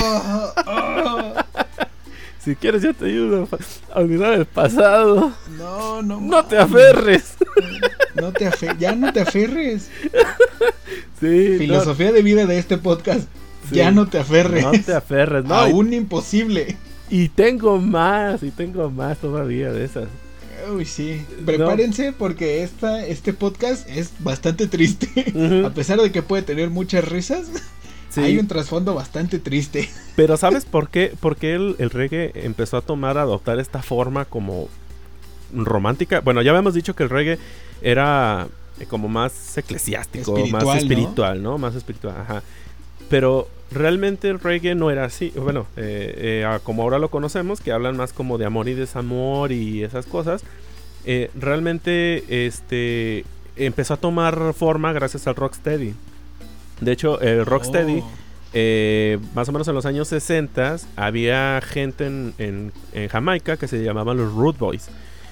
Si quieres yo te ayudo a olvidar el pasado. No te aferres. Ya no te aferres. Sí. Filosofía de vida de este podcast. Sí. Ya no te aferres. No te aferres. No, aún imposible. Y tengo más todavía de esas. Uy, sí. Prepárense porque este podcast es bastante triste. A pesar de que puede tener muchas risas. Sí. Hay un trasfondo bastante triste. Pero ¿sabes por qué? Porque el reggae empezó a adoptar esta forma como romántica. Bueno, ya habíamos dicho que el reggae era como más eclesiástico, más espiritual, ¿no? Más espiritual, ajá. Pero realmente el reggae no era así. Bueno, como ahora lo conocemos, que hablan más como de amor y desamor y esas cosas. Realmente empezó a tomar forma gracias al rocksteady. De hecho, el rocksteady, más o menos en los años 60, había gente en Jamaica que se llamaban los Rude Boys.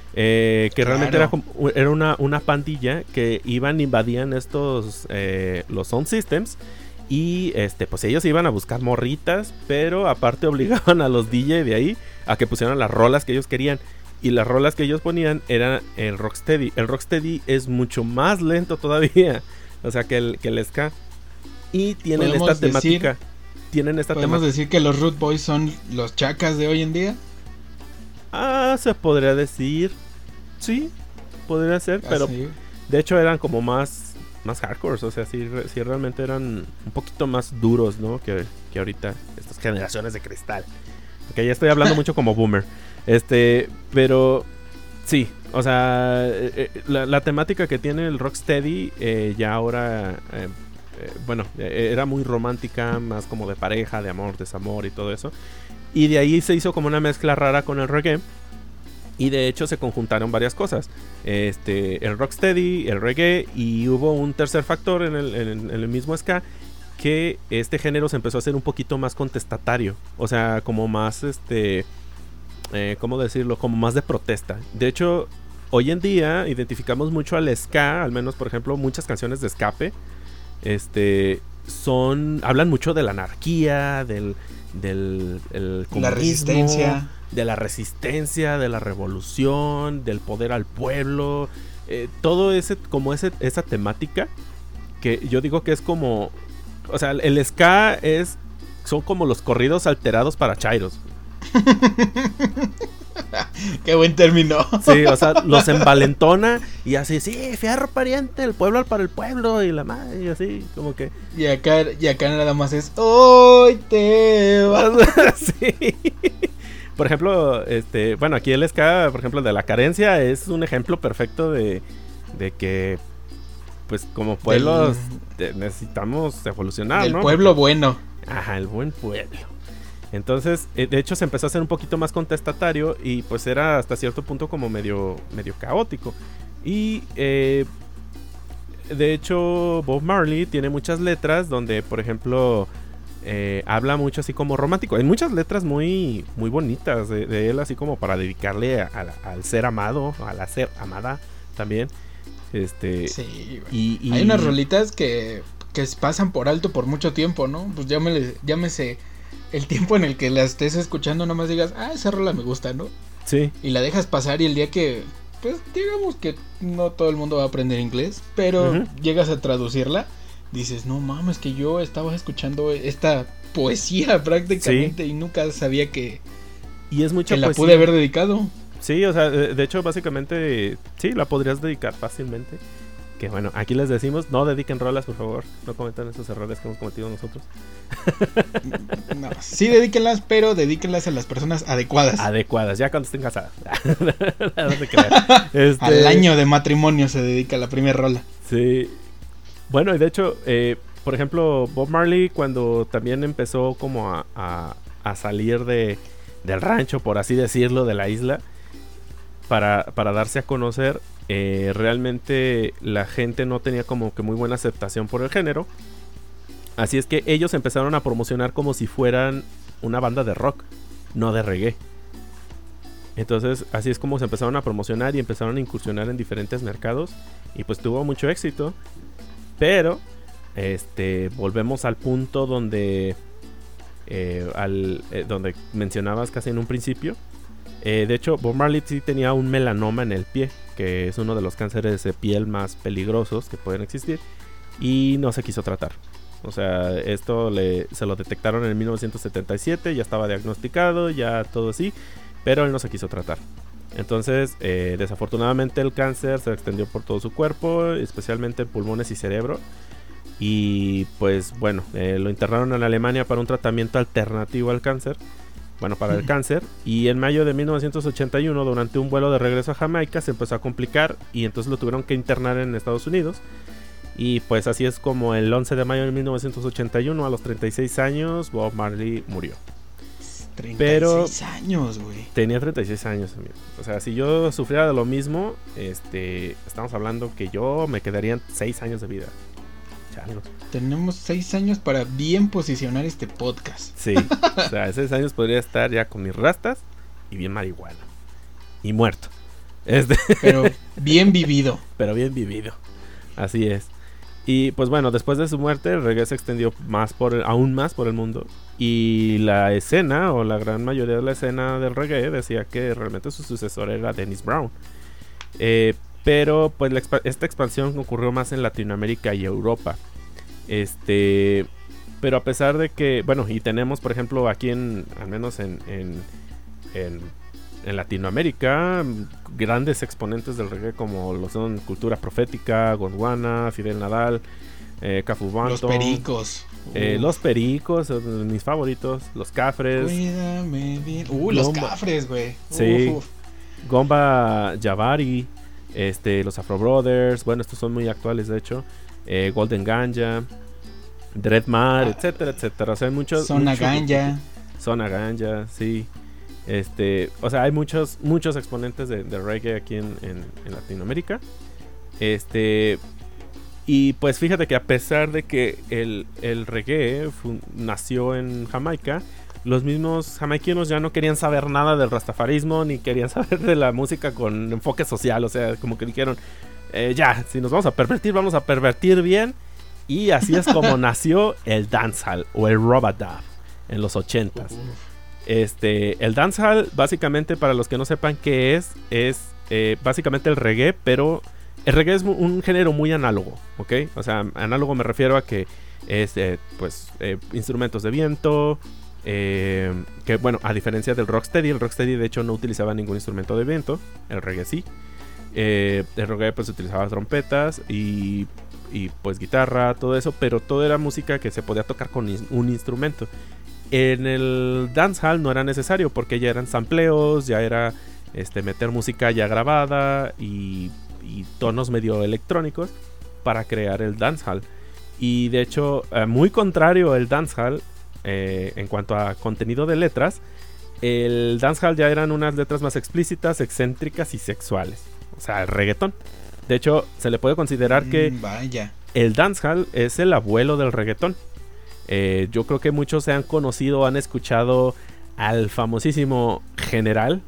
Que realmente era una pandilla que invadían los sound systems. Y pues ellos iban a buscar morritas, pero aparte obligaban a los DJ de ahí a que pusieran las rolas que ellos querían. Y las rolas que ellos ponían eran el rocksteady. El rocksteady es mucho más lento todavía, o sea, que el ska. Y tienen esta temática. ¿Podemos decir que los Root Boys son los chacas de hoy en día? Se podría decir. Sí, podría ser, pero de hecho eran como más hardcore, o sea, sí realmente eran un poquito más duros, ¿no? Que ahorita estas generaciones de cristal. Porque ya estoy hablando mucho como boomer. Pero sí, o sea, la temática que tiene el rocksteady ya ahora, era muy romántica, más como de pareja, de amor, desamor y todo eso. Y de ahí se hizo como una mezcla rara con el reggae. Y de hecho se conjuntaron varias cosas. El rocksteady, el reggae, y hubo un tercer factor en el mismo ska, que este género se empezó a hacer un poquito más contestatario. O sea, como más, ¿cómo decirlo? Como más de protesta. De hecho, hoy en día identificamos mucho al ska, al menos, por ejemplo, muchas canciones de escape. Hablan mucho de la anarquía, del comunismo, la resistencia. De la resistencia, de la revolución, del poder al pueblo, todo esa temática que yo digo que es como, o sea, el ska son como los corridos alterados para chairos. Qué buen término. Sí, o sea, los envalentona y así, sí, fierro pariente, el pueblo para el pueblo y la madre, y así, como que. Y acá nada más es, hoy te vas. Sí. Por ejemplo, aquí el ska, por ejemplo, de la carencia, es un ejemplo perfecto de que, pues, como pueblos necesitamos evolucionar, el ¿no? Pueblo bueno. Ajá, el buen pueblo. Entonces, de hecho, se empezó a hacer un poquito más contestatario y, pues, era hasta cierto punto como medio caótico. Y, de hecho, Bob Marley tiene muchas letras donde, por ejemplo, habla mucho así como romántico. Hay muchas letras muy, muy bonitas de él, así como para dedicarle al ser amado, a la ser amada también. Sí, y hay unas rolitas que pasan por alto por mucho tiempo, ¿no? Pues llámese el tiempo en el que la estés escuchando, nomás digas, esa rola me gusta, ¿no? Sí. Y la dejas pasar y el día que, pues digamos que no todo el mundo va a aprender inglés, pero llegas a traducirla, dices, no mames, que yo estaba escuchando esta poesía prácticamente, y nunca sabía que es mucha que poesía. La pude haber dedicado. Sí, o sea, de hecho, básicamente, sí, la podrías dedicar fácilmente. Que bueno, aquí les decimos, no dediquen rolas, por favor. No cometan esos errores que hemos cometido nosotros. No, sí, dedíquenlas, pero dedíquenlas a las personas adecuadas. Adecuadas, ya cuando estén casadas. Al año de matrimonio se dedica la primera rola. Sí. Bueno, y de hecho, por ejemplo, Bob Marley, cuando también empezó como a salir del rancho, por así decirlo, de la isla, para darse a conocer, realmente la gente no tenía como que muy buena aceptación por el género. Así es que ellos empezaron a promocionar como si fueran una banda de rock, no de reggae. Entonces así es como se empezaron a promocionar y empezaron a incursionar en diferentes mercados. Y pues tuvo mucho éxito. Pero volvemos al punto donde donde mencionabas casi en un principio. De hecho, Bob Marley sí tenía un melanoma en el pie, que es uno de los cánceres de piel más peligrosos que pueden existir, y no se quiso tratar. O sea, esto se lo detectaron en 1977, ya estaba diagnosticado, ya todo así, pero él no se quiso tratar. Entonces, desafortunadamente el cáncer se extendió por todo su cuerpo, especialmente en pulmones y cerebro. Y pues bueno, lo internaron en Alemania para un tratamiento alternativo al cáncer. Bueno, para el cáncer. Y en mayo de 1981, durante un vuelo de regreso a Jamaica, se empezó a complicar y entonces lo tuvieron que internar en Estados Unidos. Y pues así es como el 11 de mayo de 1981, a los 36 años, Bob Marley murió. 36 años, güey. Tenía 36 años, amigo. O sea, si yo sufriera de lo mismo, estamos hablando que yo me quedarían 6 años de vida. Changos. Tenemos 6 años para bien posicionar este podcast. Sí, o sea, 6 años podría estar ya con mis rastas y bien marihuana. Y muerto. Pero bien vivido. Pero bien vivido. Así es. Y pues bueno, después de su muerte, el reggae se extendió aún más por el mundo. Y la escena, o la gran mayoría de la escena del reggae, decía que realmente su sucesor era Dennis Brown. Pero pues esta expansión ocurrió más en Latinoamérica y Europa. Pero a pesar de que, bueno, y tenemos por ejemplo aquí al menos en Latinoamérica, grandes exponentes del reggae como lo son Cultura Profética, Gondwana, Fidel Nadal, Cafu Banton, Los Pericos. Los Pericos, mis favoritos, los Cafres. Cuídame bien. Los Cafres, güey. Sí. Gomba Javari, los Afro Brothers, bueno, estos son muy actuales de hecho. Golden Ganja, Dreadmar, etcétera, etcétera. O sea, hay muchos. Zona Ganja, sí. O sea, hay muchos exponentes de reggae aquí en Latinoamérica. Y pues fíjate que a pesar de que el reggae nació en Jamaica, los mismos jamaiquinos ya no querían saber nada del rastafarismo, ni querían saber de la música con enfoque social. O sea, como que dijeron, ya, si nos vamos a pervertir bien. Y así es como nació el dancehall o el rubadub en los 80s. El dancehall, básicamente, para los que no sepan qué es básicamente el reggae, pero el reggae es un género muy análogo, ¿ok? O sea, análogo me refiero a que es, instrumentos de viento, que bueno, a diferencia del rocksteady, el rocksteady de hecho no utilizaba ningún instrumento de viento, el reggae sí. El reggae pues utilizaba trompetas y pues guitarra, todo eso, pero todo era música que se podía tocar con un instrumento. En el dancehall no era necesario porque ya eran sampleos, ya era meter música ya grabada y tonos medio electrónicos para crear el dancehall. Y de hecho, muy contrario al dancehall en cuanto a contenido de letras, el dancehall ya eran unas letras más explícitas, excéntricas y sexuales. O sea, el reggaetón. De hecho, se le puede considerar que el dancehall es el abuelo del reggaetón. Yo creo que muchos se han conocido, han escuchado al famosísimo General.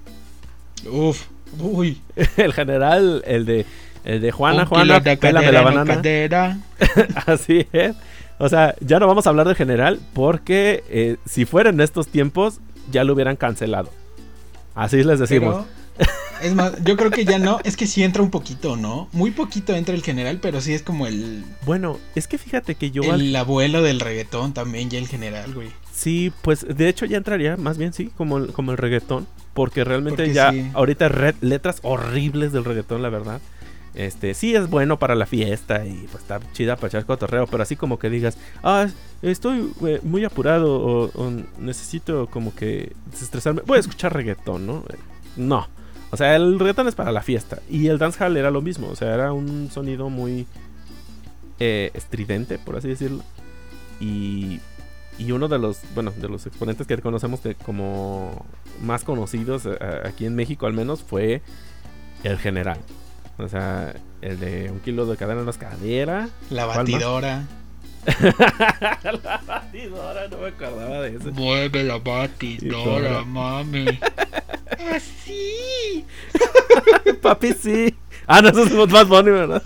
Uy. El General, el de Juana, pélame la banana. Así es. O sea, ya no vamos a hablar del General porque si fuera en estos tiempos ya lo hubieran cancelado. Así les decimos. Es más, yo creo que ya no, es que sí entra un poquito, ¿no? Muy poquito entra el General, pero sí es como el... Bueno, es que fíjate que yo... El abuelo del reggaetón también, ya el General, güey. Sí, pues de hecho ya entraría, más bien sí, como el reggaetón, porque realmente ya sí. Ahorita letras horribles del reggaetón, la verdad. Sí es bueno para la fiesta y pues está chida para echar cotorreo, pero así como que digas, estoy muy apurado o necesito como que desestresarme, voy a escuchar reggaetón, ¿no? No. O sea, el reggaetón es para la fiesta. Y el dancehall era lo mismo. O sea, era un sonido muy estridente, por así decirlo. Y uno de los exponentes que conocemos como más conocidos aquí en México al menos fue el General. O sea, el de 1 kilo de cadena en las caderas. La batidora. La batidora, no me acordaba de eso. Mueve la batidora, mami. Así. Papi, sí. No, eso es más Bunny, ¿verdad?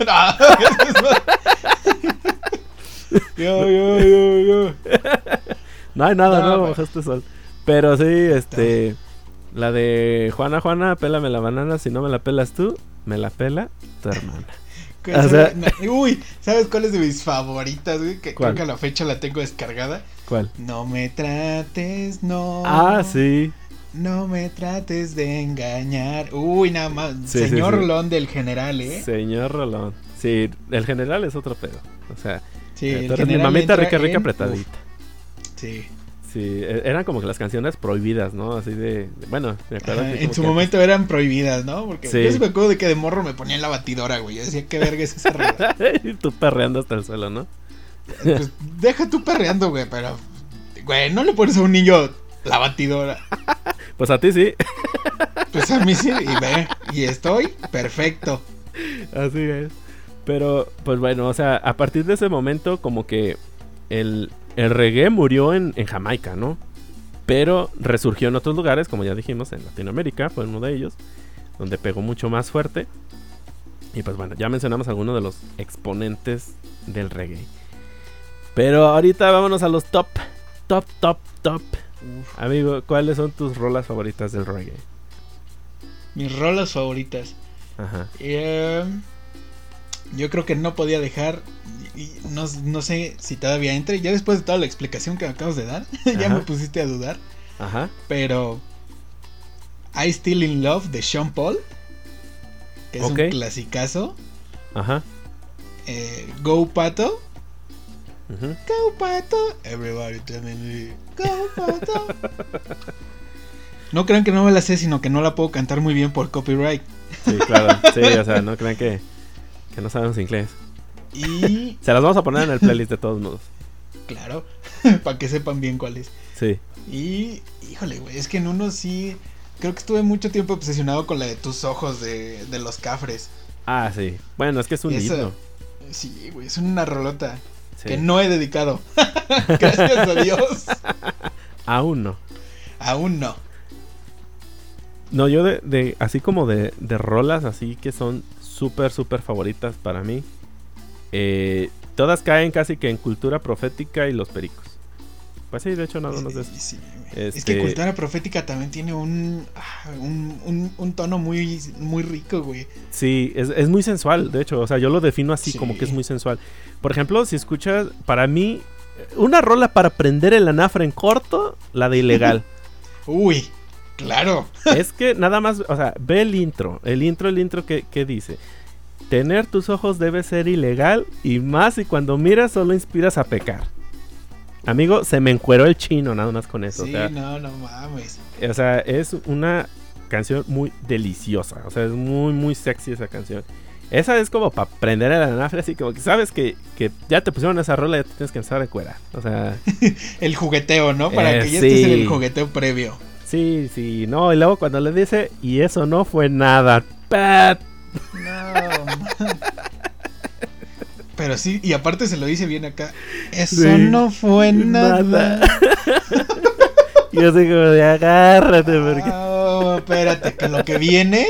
Yo. No hay nada nuevo bajo este sol. Pero sí, la de Juana, pélame la banana. Si no me la pelas tú, me la pela tu hermana. O sea, uy, ¿sabes cuál es de mis favoritas, güey? Que creo que a la fecha la tengo descargada. ¿Cuál? No me trates, no. Sí. No me trates de engañar. Uy, nada más. Sí, Señor Rolón del General, Señor Rolón. Sí, el General es otro pedo. O sea, sí, mi mamita rica apretadita. Sí. Sí, eran como que las canciones prohibidas, ¿no? Así de bueno, me acuerdo que en su momento eran prohibidas, ¿no? Porque yo sí me acuerdo de que de morro me ponía en la batidora, güey. Yo decía, qué verga es esa regla. Y tú perreando hasta el suelo, ¿no? Pues deja tú perreando, güey, pero güey, no le pones a un niño la batidora. Pues a ti sí. Pues a mí sí, y estoy perfecto. Así es. Pero, pues bueno, o sea, a partir de ese momento como que el reggae murió en Jamaica, ¿no? Pero resurgió en otros lugares, como ya dijimos, en Latinoamérica, fue uno de ellos. donde pegó mucho más fuerte. Y pues bueno, ya mencionamos algunos de los exponentes del reggae. Pero ahorita vámonos a los top. Amigo, ¿cuáles son tus rolas favoritas del reggae? Mis rolas favoritas. Ajá. Yo creo que no podía dejar, y no sé si todavía entre, ya después de toda la explicación que me acabas de dar, ya me pusiste a dudar. Ajá. Pero I Still in Love de Sean Paul, que es un clasicazo. Ajá. Go Pato. Uh-huh. Go Pato. Everybody telling me Go Pato. No crean que no me la sé, sino que no la puedo cantar muy bien por copyright. Sí, claro. Sí, o sea, no crean que no sabemos inglés. Y se las vamos a poner en el playlist de todos modos. Claro, para que sepan bien cuál es. Sí. Y, híjole, güey, es que en uno sí, creo que estuve mucho tiempo obsesionado con la de Tus Ojos de Los Cafres. Ah, sí. Bueno, es que es un himno. Sí, güey, es una rolota que Sí. no he dedicado. Gracias a Dios. Aún no. Aún no. No, yo así como de rolas así que son súper favoritas para mí. Todas caen casi que en Cultura Profética y Los Pericos. Pues sí, de hecho no hablamos de eso. Sí, es que Cultura Profética también tiene un tono muy, muy rico, güey. Sí, es muy sensual, de hecho. O sea, yo lo defino así, sí, como que es muy sensual. Por ejemplo, si escuchas, para mí, una rola para prender el anafre en corto, la de Ilegal. Uy, claro. Es que nada más, o sea, ve el intro que dice: tener tus ojos debe ser ilegal, y más si cuando miras solo inspiras a pecar. Amigo, se me encueró el chino nada más con eso. Sí, o sea, no mames. O sea, es una canción muy deliciosa. O sea, es muy sexy esa canción. Esa es como para prender el anafre, así como que sabes que ya te pusieron esa rola y ya te tienes que empezar a encuerar. O sea, el jugueteo, ¿no? Para que ya sí. estés en el jugueteo previo. Sí, no, y luego cuando le dice, y eso no fue nada. ¡Pat! No. Pero sí, y aparte se lo dice bien acá. Eso Sí, no fue nada. Y yo así como de agárrate, porque... Oh, espérate, que lo que viene.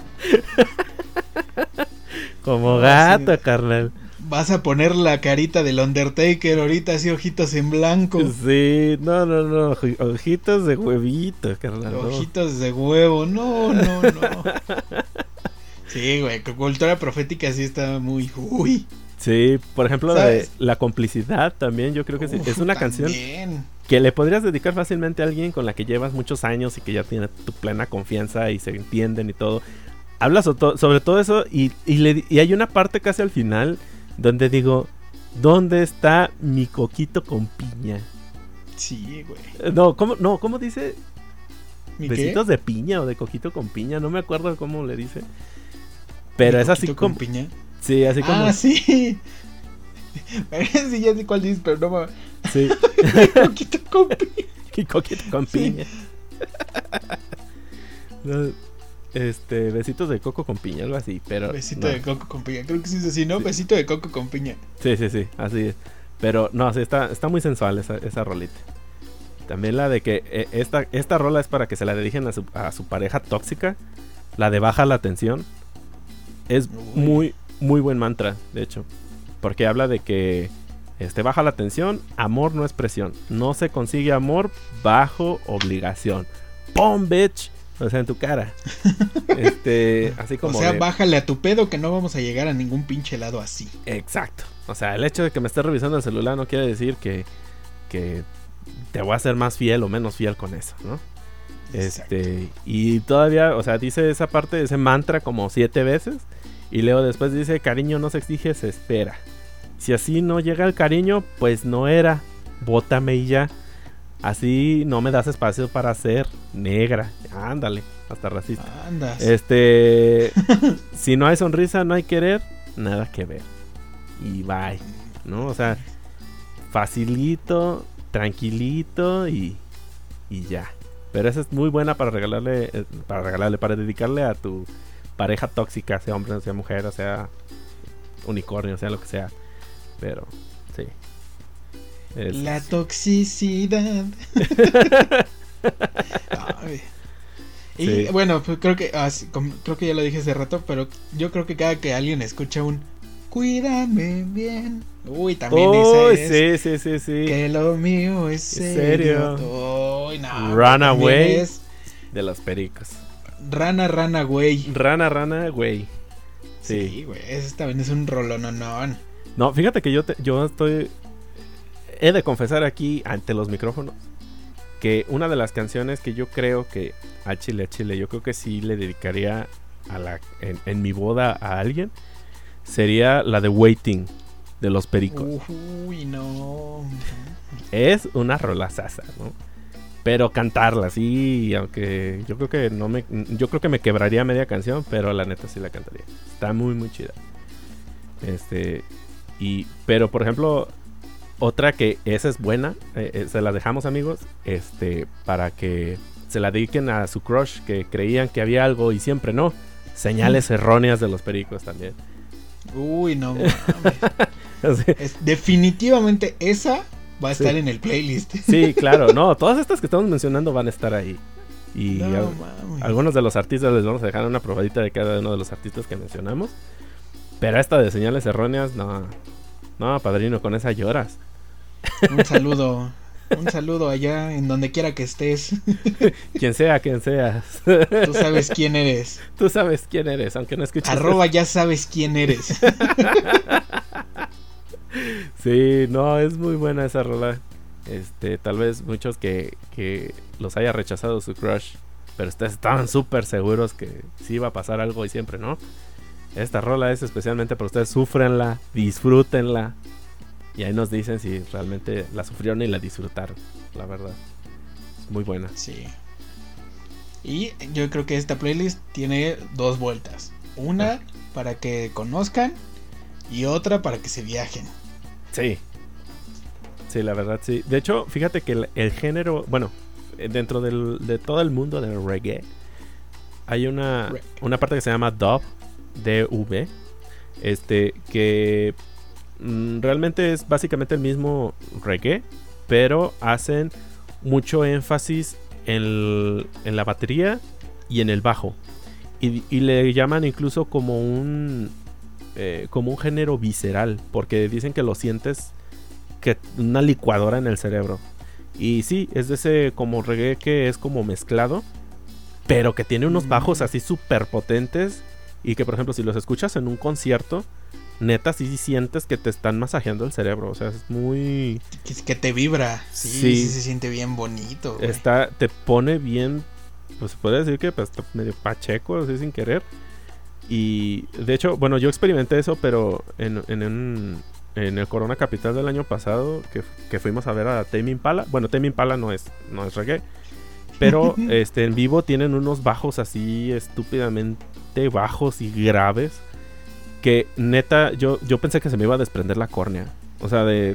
Como gato, carnal. Vas a poner la carita del Undertaker ahorita, así ojitos en blanco. Sí, no. Ojitos de huevito, carnal. Ojitos de huevo, no. Sí, güey, Cultura Profética sí está muy... Uy. Sí, por ejemplo, ¿sabes? de La Complicidad también, yo creo que sí. Es una canción que le podrías dedicar fácilmente a alguien con la que llevas muchos años y que ya tiene tu plena confianza y se entienden y todo. Hablas sobre todo eso y hay una parte casi al final donde digo, ¿dónde está mi coquito con piña? Sí, güey. ¿Cómo dice? ¿Besitos qué? de piña o de coquito con piña? No me acuerdo cómo le dice. Pero es así con piña. Sí, así como... Ah, sí. Sí, ya sé cuál dices, pero no me... Sí. Coquito con piña. Y coquito con piña. No, besitos de coco con piña, algo así, pero... Besito de coco con piña, creo que sí es así, ¿no? Sí. Besito de coco con piña. Sí, así es. Pero no, sí, está muy sensual esa rolita. También la de que esta rola es para que se la dediquen a su pareja tóxica. La de baja la tensión. Es muy buen mantra, de hecho. Porque habla de que baja la tensión, amor no es presión. No se consigue amor bajo obligación. ¡Pum, bitch! O sea, en tu cara. Así como. O sea, bájale a tu pedo que no vamos a llegar a ningún pinche lado así. Exacto. O sea, el hecho de que me estés revisando el celular no quiere decir que te voy a ser más fiel o menos fiel con eso, ¿no? Exacto. Y todavía, o sea, dice esa parte, ese mantra como 7 veces. Y luego después dice, cariño no se exige, se espera. Si así no llega el cariño, pues no era. Bótame y ya. Así no me das espacio para ser negra. Ándale, hasta racista. Andas. Si no hay sonrisa, no hay querer, nada que ver. Y bye, ¿no? O sea, facilito, tranquilito y ya. Pero esa es muy buena para para dedicarle a tu pareja tóxica, sea hombre, sea mujer, o sea unicornio, sea lo que sea. Pero, sí. La toxicidad. Ay. Y sí. Bueno, pues creo que ya lo dije hace rato, pero yo creo que cada que alguien escucha un cuídame bien. Uy, también esa es. Sí. Que lo mío es serio. Uy, no. Runaway de los Pericos. Rana, güey. Rana, güey. Sí, güey. Ese también es un rolononón. No, fíjate que yo estoy. He de confesar aquí ante los micrófonos que una de las canciones que yo creo que a Chile, yo creo que sí le dedicaría en mi boda a alguien, sería la de Waiting de los Pericos. Uy, no. Es una rolazaza, ¿no? Pero cantarla, sí, aunque yo creo que me quebraría media canción, pero la neta sí la cantaría. Está muy, muy chida. Pero por ejemplo, otra que esa es buena, se la dejamos, amigos, para que se la dediquen a su crush, que creían que había algo y siempre no. Señales erróneas de los Pericos también. Uy, no mames. Definitivamente esa va a estar en el playlist. Sí, claro, no, todas estas que estamos mencionando van a estar ahí. Y algunos de los artistas les vamos a dejar una probadita de cada uno de los artistas que mencionamos. Pero esta de señales erróneas, no, padrino, con esa lloras. Un saludo allá en donde quiera que estés. Quien seas. Tú sabes quién eres, aunque no escuches. @ ya sabes quién eres. Sí, no, es muy buena esa rola. Tal vez muchos que los haya rechazado su crush, pero ustedes estaban súper seguros que sí iba a pasar algo y siempre no. Esta rola es especialmente para ustedes. Súfrenla, disfrútenla. Y ahí nos dicen si realmente la sufrieron y la disfrutaron. La verdad, es muy buena. Sí. Y yo creo que esta playlist tiene 2 vueltas. Una para que conozcan y otra para que se viajen. Sí, la verdad sí. De hecho, fíjate que el género, bueno, dentro de todo el mundo del reggae, hay una parte que se llama dub, DV, que realmente es básicamente el mismo reggae, pero hacen mucho énfasis en la batería y en el bajo, y le llaman incluso como un género visceral, porque dicen que lo sientes que una licuadora en el cerebro. Y sí, es de ese como reggae que es como mezclado, pero que tiene unos bajos así súper potentes, y que por ejemplo si los escuchas en un concierto, neta sí sientes que te están masajeando el cerebro. O sea, es muy... Que te vibra. Sí, se siente bien bonito, güey. Te pone bien, pues se puede decir que pues, está medio pacheco, así sin querer. Y de hecho, bueno, yo experimenté eso, pero en el Corona Capital del año pasado, que fuimos a ver a Tame Impala. Bueno, Tame Impala no es reggae, pero en vivo tienen unos bajos así estúpidamente bajos y graves, que neta yo pensé que se me iba a desprender la córnea. O sea, de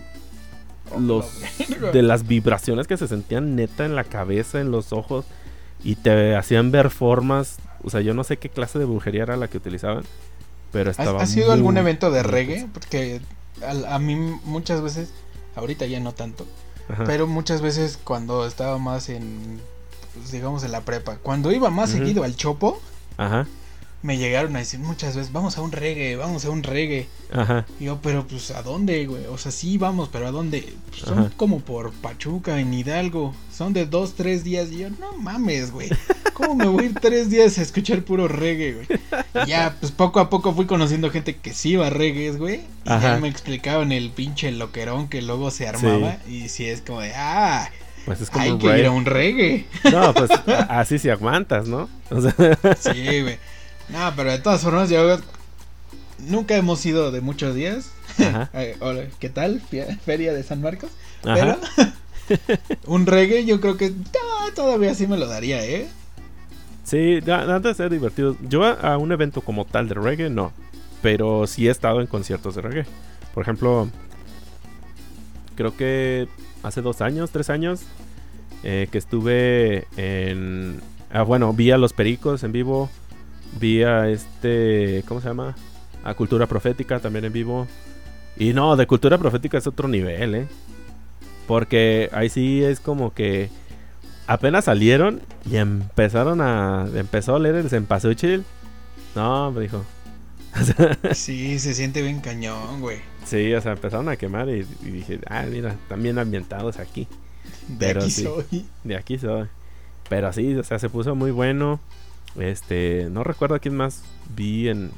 las vibraciones que se sentían neta en la cabeza, en los ojos, y te hacían ver formas. O sea, yo no sé qué clase de brujería era la que utilizaban, pero estaba... ¿Has ido a algún evento de reggae? Porque a mí muchas veces, ahorita ya no tanto, pero muchas veces cuando estaba más pues, digamos en la prepa, cuando iba más seguido al Chopo, me llegaron a decir muchas veces, vamos a un reggae. Y yo, pero pues ¿a dónde, güey? O sea, sí vamos, pero ¿a dónde? Pues, son como por Pachuca, en Hidalgo, son de 2-3 días. Y yo, no mames, güey, ¿cómo me voy a ir 3 días a escuchar puro reggae, güey? Y ya, pues poco a poco fui conociendo gente que sí iba a reggaes, güey, y ya me explicaban el pinche loquerón que luego se armaba. Y sí es como de, pues es como hay que ir a un reggae. No, pues así sí aguantas, ¿no? O sea... Sí, güey. No, pero de todas formas, yo nunca hemos ido de muchos días. Hola, ¿qué tal? Feria de San Marcos. Pero un reggae yo creo que todavía sí me lo daría, ¿eh? Sí, antes de ser divertido. Yo a un evento como tal de reggae, no. Pero sí he estado en conciertos de reggae. Por ejemplo, creo que hace 2 años, 3 años, que estuve en... bueno, vi a Los Pericos en vivo. Vi a ¿cómo se llama? A Cultura Profética también en vivo. Y no, de Cultura Profética es otro nivel, ¿eh? Porque ahí sí es como que apenas salieron y empezó a oler el cempasúchil. No, me dijo. Sí, se siente bien cañón, güey. Sí, o sea, empezaron a quemar y dije, mira, están bien ambientados aquí. Pero aquí sí, soy. De aquí soy. Pero sí, o sea, se puso muy bueno. No recuerdo a quién más vi en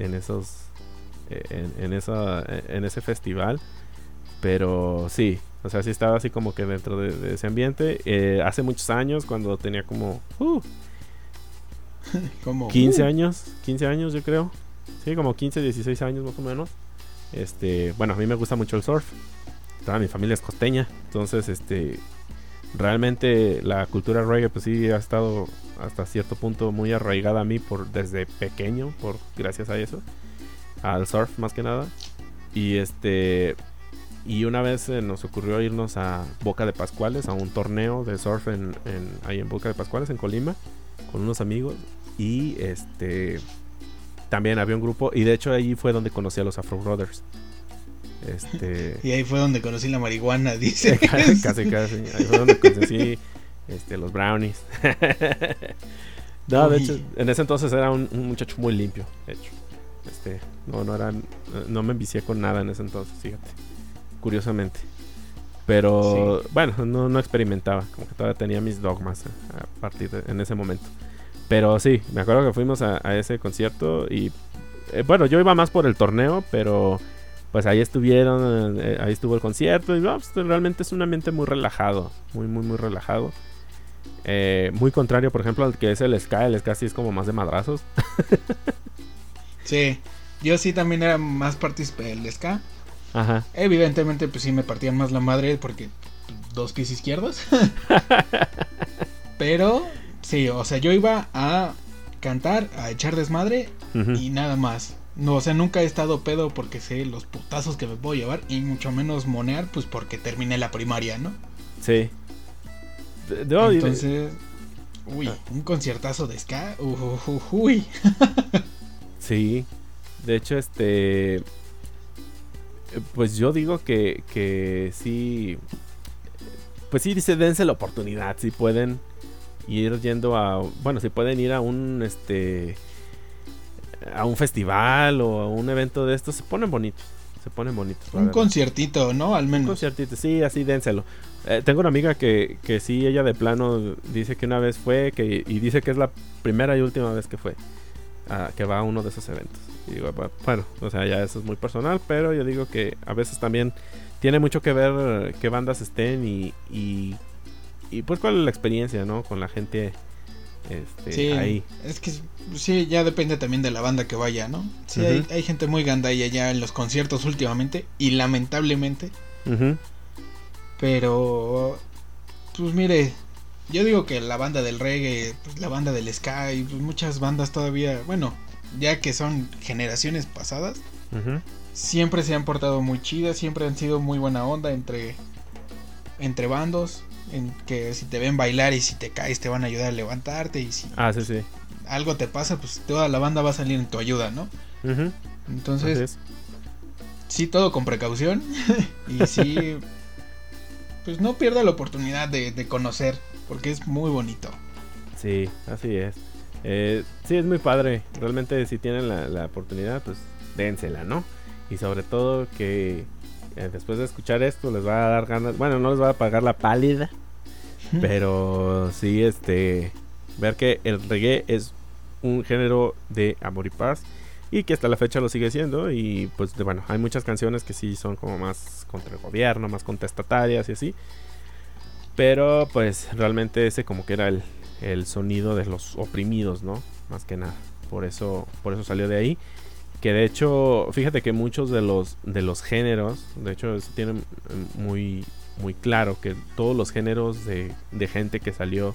ese festival. Pero sí, o sea, sí estaba así como que dentro de ese ambiente. Hace muchos años, cuando tenía como 15 años yo creo. Sí, como 15, 16 años más o menos. Bueno, a mí me gusta mucho el surf. Toda mi familia es costeña. Entonces, realmente la cultura reggae pues sí ha estado hasta cierto punto muy arraigada a mí desde pequeño, gracias a eso. Al surf más que nada. Y una vez nos ocurrió irnos a Boca de Pascuales, a un torneo de surf ahí en Boca de Pascuales, en Colima, con unos amigos. Y también había un grupo, y de hecho ahí fue donde conocí a los Afro Brothers. Y ahí fue donde conocí la marihuana, dice. Casi. Ahí fue donde conocí los brownies. No, de hecho, en ese entonces era un muchacho muy limpio, de hecho. No me envicié con nada en ese entonces, fíjate. Curiosamente. Pero sí. Bueno, no experimentaba, como que todavía tenía mis dogmas a partir en ese momento. Pero sí, me acuerdo que fuimos a ese concierto y bueno, yo iba más por el torneo, pero pues ahí estuvieron, ahí estuvo el concierto y pues, realmente es un ambiente muy relajado, muy relajado. Muy contrario, por ejemplo, al que es el ska sí es como más de madrazos. Sí, yo sí también era más partícipe del ska. Ajá. Evidentemente pues sí me partían más la madre porque 2 pies izquierdos. Pero sí, o sea, yo iba a cantar, a echar desmadre y nada más. No, o sea, nunca he estado pedo porque sé los putazos que me puedo llevar y mucho menos monear, pues porque terminé la primaria, ¿no? Sí. Entonces, un conciertazo de ska, uy. Sí. De hecho, pues yo digo que sí. Pues sí, dice, dense la oportunidad, si pueden ir yendo si pueden ir a un festival o a un evento de estos, se ponen bonitos. Un conciertito, ¿no? Al menos. Un conciertito, sí, así dénselo. Tengo una amiga que sí, ella de plano dice que una vez fue y dice que es la primera y última vez que fue. Que va a uno de esos eventos. Y digo, bueno, o sea, ya eso es muy personal, pero yo digo que a veces también tiene mucho que ver qué bandas estén y pues cuál es la experiencia, ¿no? Con la gente sí, ahí. Es que sí, ya depende también de la banda que vaya, ¿no? Sí, hay gente muy gandalla ya en los conciertos últimamente y lamentablemente. Pero pues mire, yo digo que la banda del reggae, pues la banda del ska y pues muchas bandas todavía, bueno, ya que son generaciones pasadas, siempre se han portado muy chidas, siempre han sido muy buena onda entre bandos, en que si te ven bailar y si te caes te van a ayudar a levantarte y si sí. algo te pasa, pues toda la banda va a salir en tu ayuda, ¿no? Entonces, sí, todo con precaución y sí, pues no pierda la oportunidad de conocer, porque es muy bonito. Sí, así es. Sí, es muy padre. Realmente si tienen la oportunidad, pues dénsela, ¿no? Y sobre todo que después de escuchar esto les va a dar ganas. Bueno, no les va a pagar la pálida, pero sí, ver que el reggae es un género de amor y paz y que hasta la fecha lo sigue siendo. Y pues bueno, hay muchas canciones que sí son como más contra el gobierno, más contestatarias y así, pero pues realmente ese como que era el sonido de los oprimidos, ¿no? Más que nada, por eso salió de ahí. Que de hecho, fíjate que muchos de los géneros, de hecho eso tiene muy, muy claro que todos los géneros de gente que salió,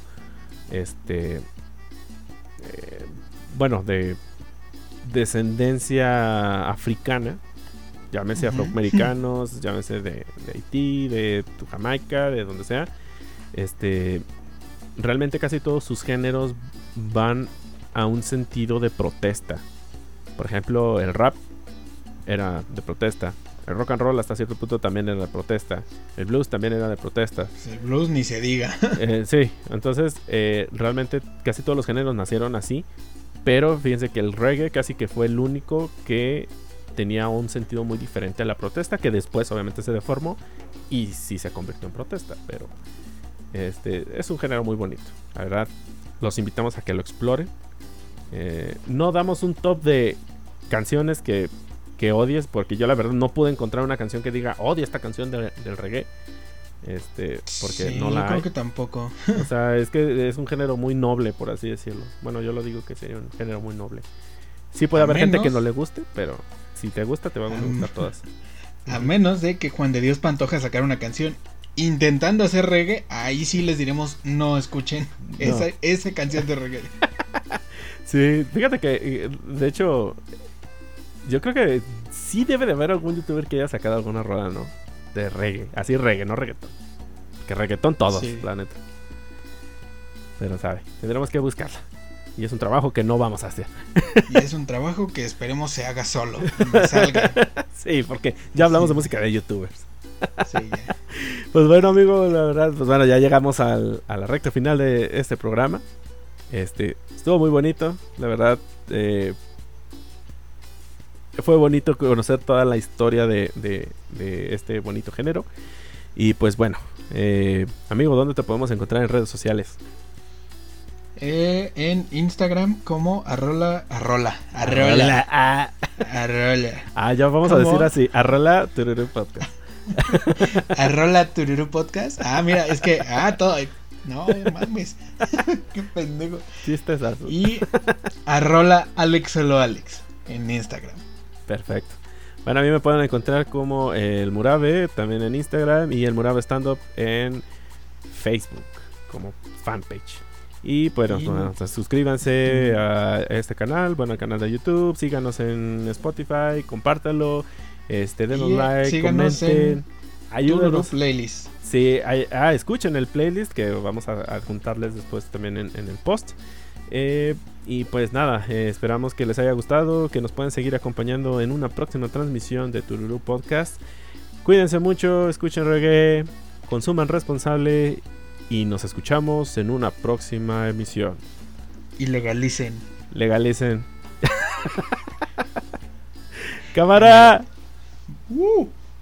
de descendencia africana, llámese afroamericanos, llámese de Haití, de Jamaica, de donde sea, realmente casi todos sus géneros van a un sentido de protesta. Por ejemplo, el rap era de protesta. El rock and roll hasta cierto punto también era de protesta. El blues también era de protesta. Pues el blues ni se diga. Sí, entonces realmente casi todos los géneros nacieron así. Pero fíjense que el reggae casi que fue el único que tenía un sentido muy diferente a la protesta, que después obviamente se deformó y sí se convirtió en protesta. Pero es un género muy bonito. La verdad, los invitamos a que lo exploren. No damos un top de canciones que odies, porque yo la verdad no pude encontrar una canción que diga odio esta canción del reggae, porque sí, no la yo creo hay. que tampoco. O sea, es que es un género muy noble, por así decirlo. Bueno, yo lo digo que sería un género muy noble. Sí puede haber gente que no le guste, pero si te gusta te van a gustar todas. A menos de que Juan de Dios Pantoja sacara una canción intentando hacer reggae, ahí sí les diremos no escuchen esa canción de reggae. Sí, fíjate que de hecho yo creo que sí debe de haber algún youtuber que haya sacado alguna rola, ¿no? De reggae, así reggae, no reggaetón. Que reggaetón todos, sí. La neta. Pero sabe, tendremos que buscarla. Y es un trabajo que no vamos a hacer. Y es un trabajo que esperemos se haga solo, me salga. Sí, porque ya hablamos de música de youtubers. Sí, ya. Pues bueno, amigo, la verdad, pues bueno, ya llegamos a la recta final de este programa. Estuvo muy bonito, la verdad. Fue bonito conocer toda la historia de este bonito género. Y pues bueno, amigo, ¿dónde te podemos encontrar en redes sociales? En Instagram como arrola. Ya vamos a decir así, arrola tururu podcast. Arrola tururu podcast. Mira, es que todo. No mames. Qué pendejo. Chistesazo. Y arrola Alex en Instagram. Perfecto. Bueno, a mí me pueden encontrar como el Murabe también en Instagram y el Murabe Stand Up en Facebook como fanpage. Y bueno, suscríbanse a este canal, bueno, al canal de YouTube, síganos en Spotify, compártanlo, denos like, comenten, ayúdenos. Playlist. Sí, escuchen el playlist que vamos a adjuntarles después también en el post. Y pues nada, esperamos que les haya gustado, que nos puedan seguir acompañando en una próxima transmisión de Tururú Podcast. Cuídense mucho, escuchen reggae, consuman responsable y nos escuchamos en una próxima emisión. Y legalicen. Cámara.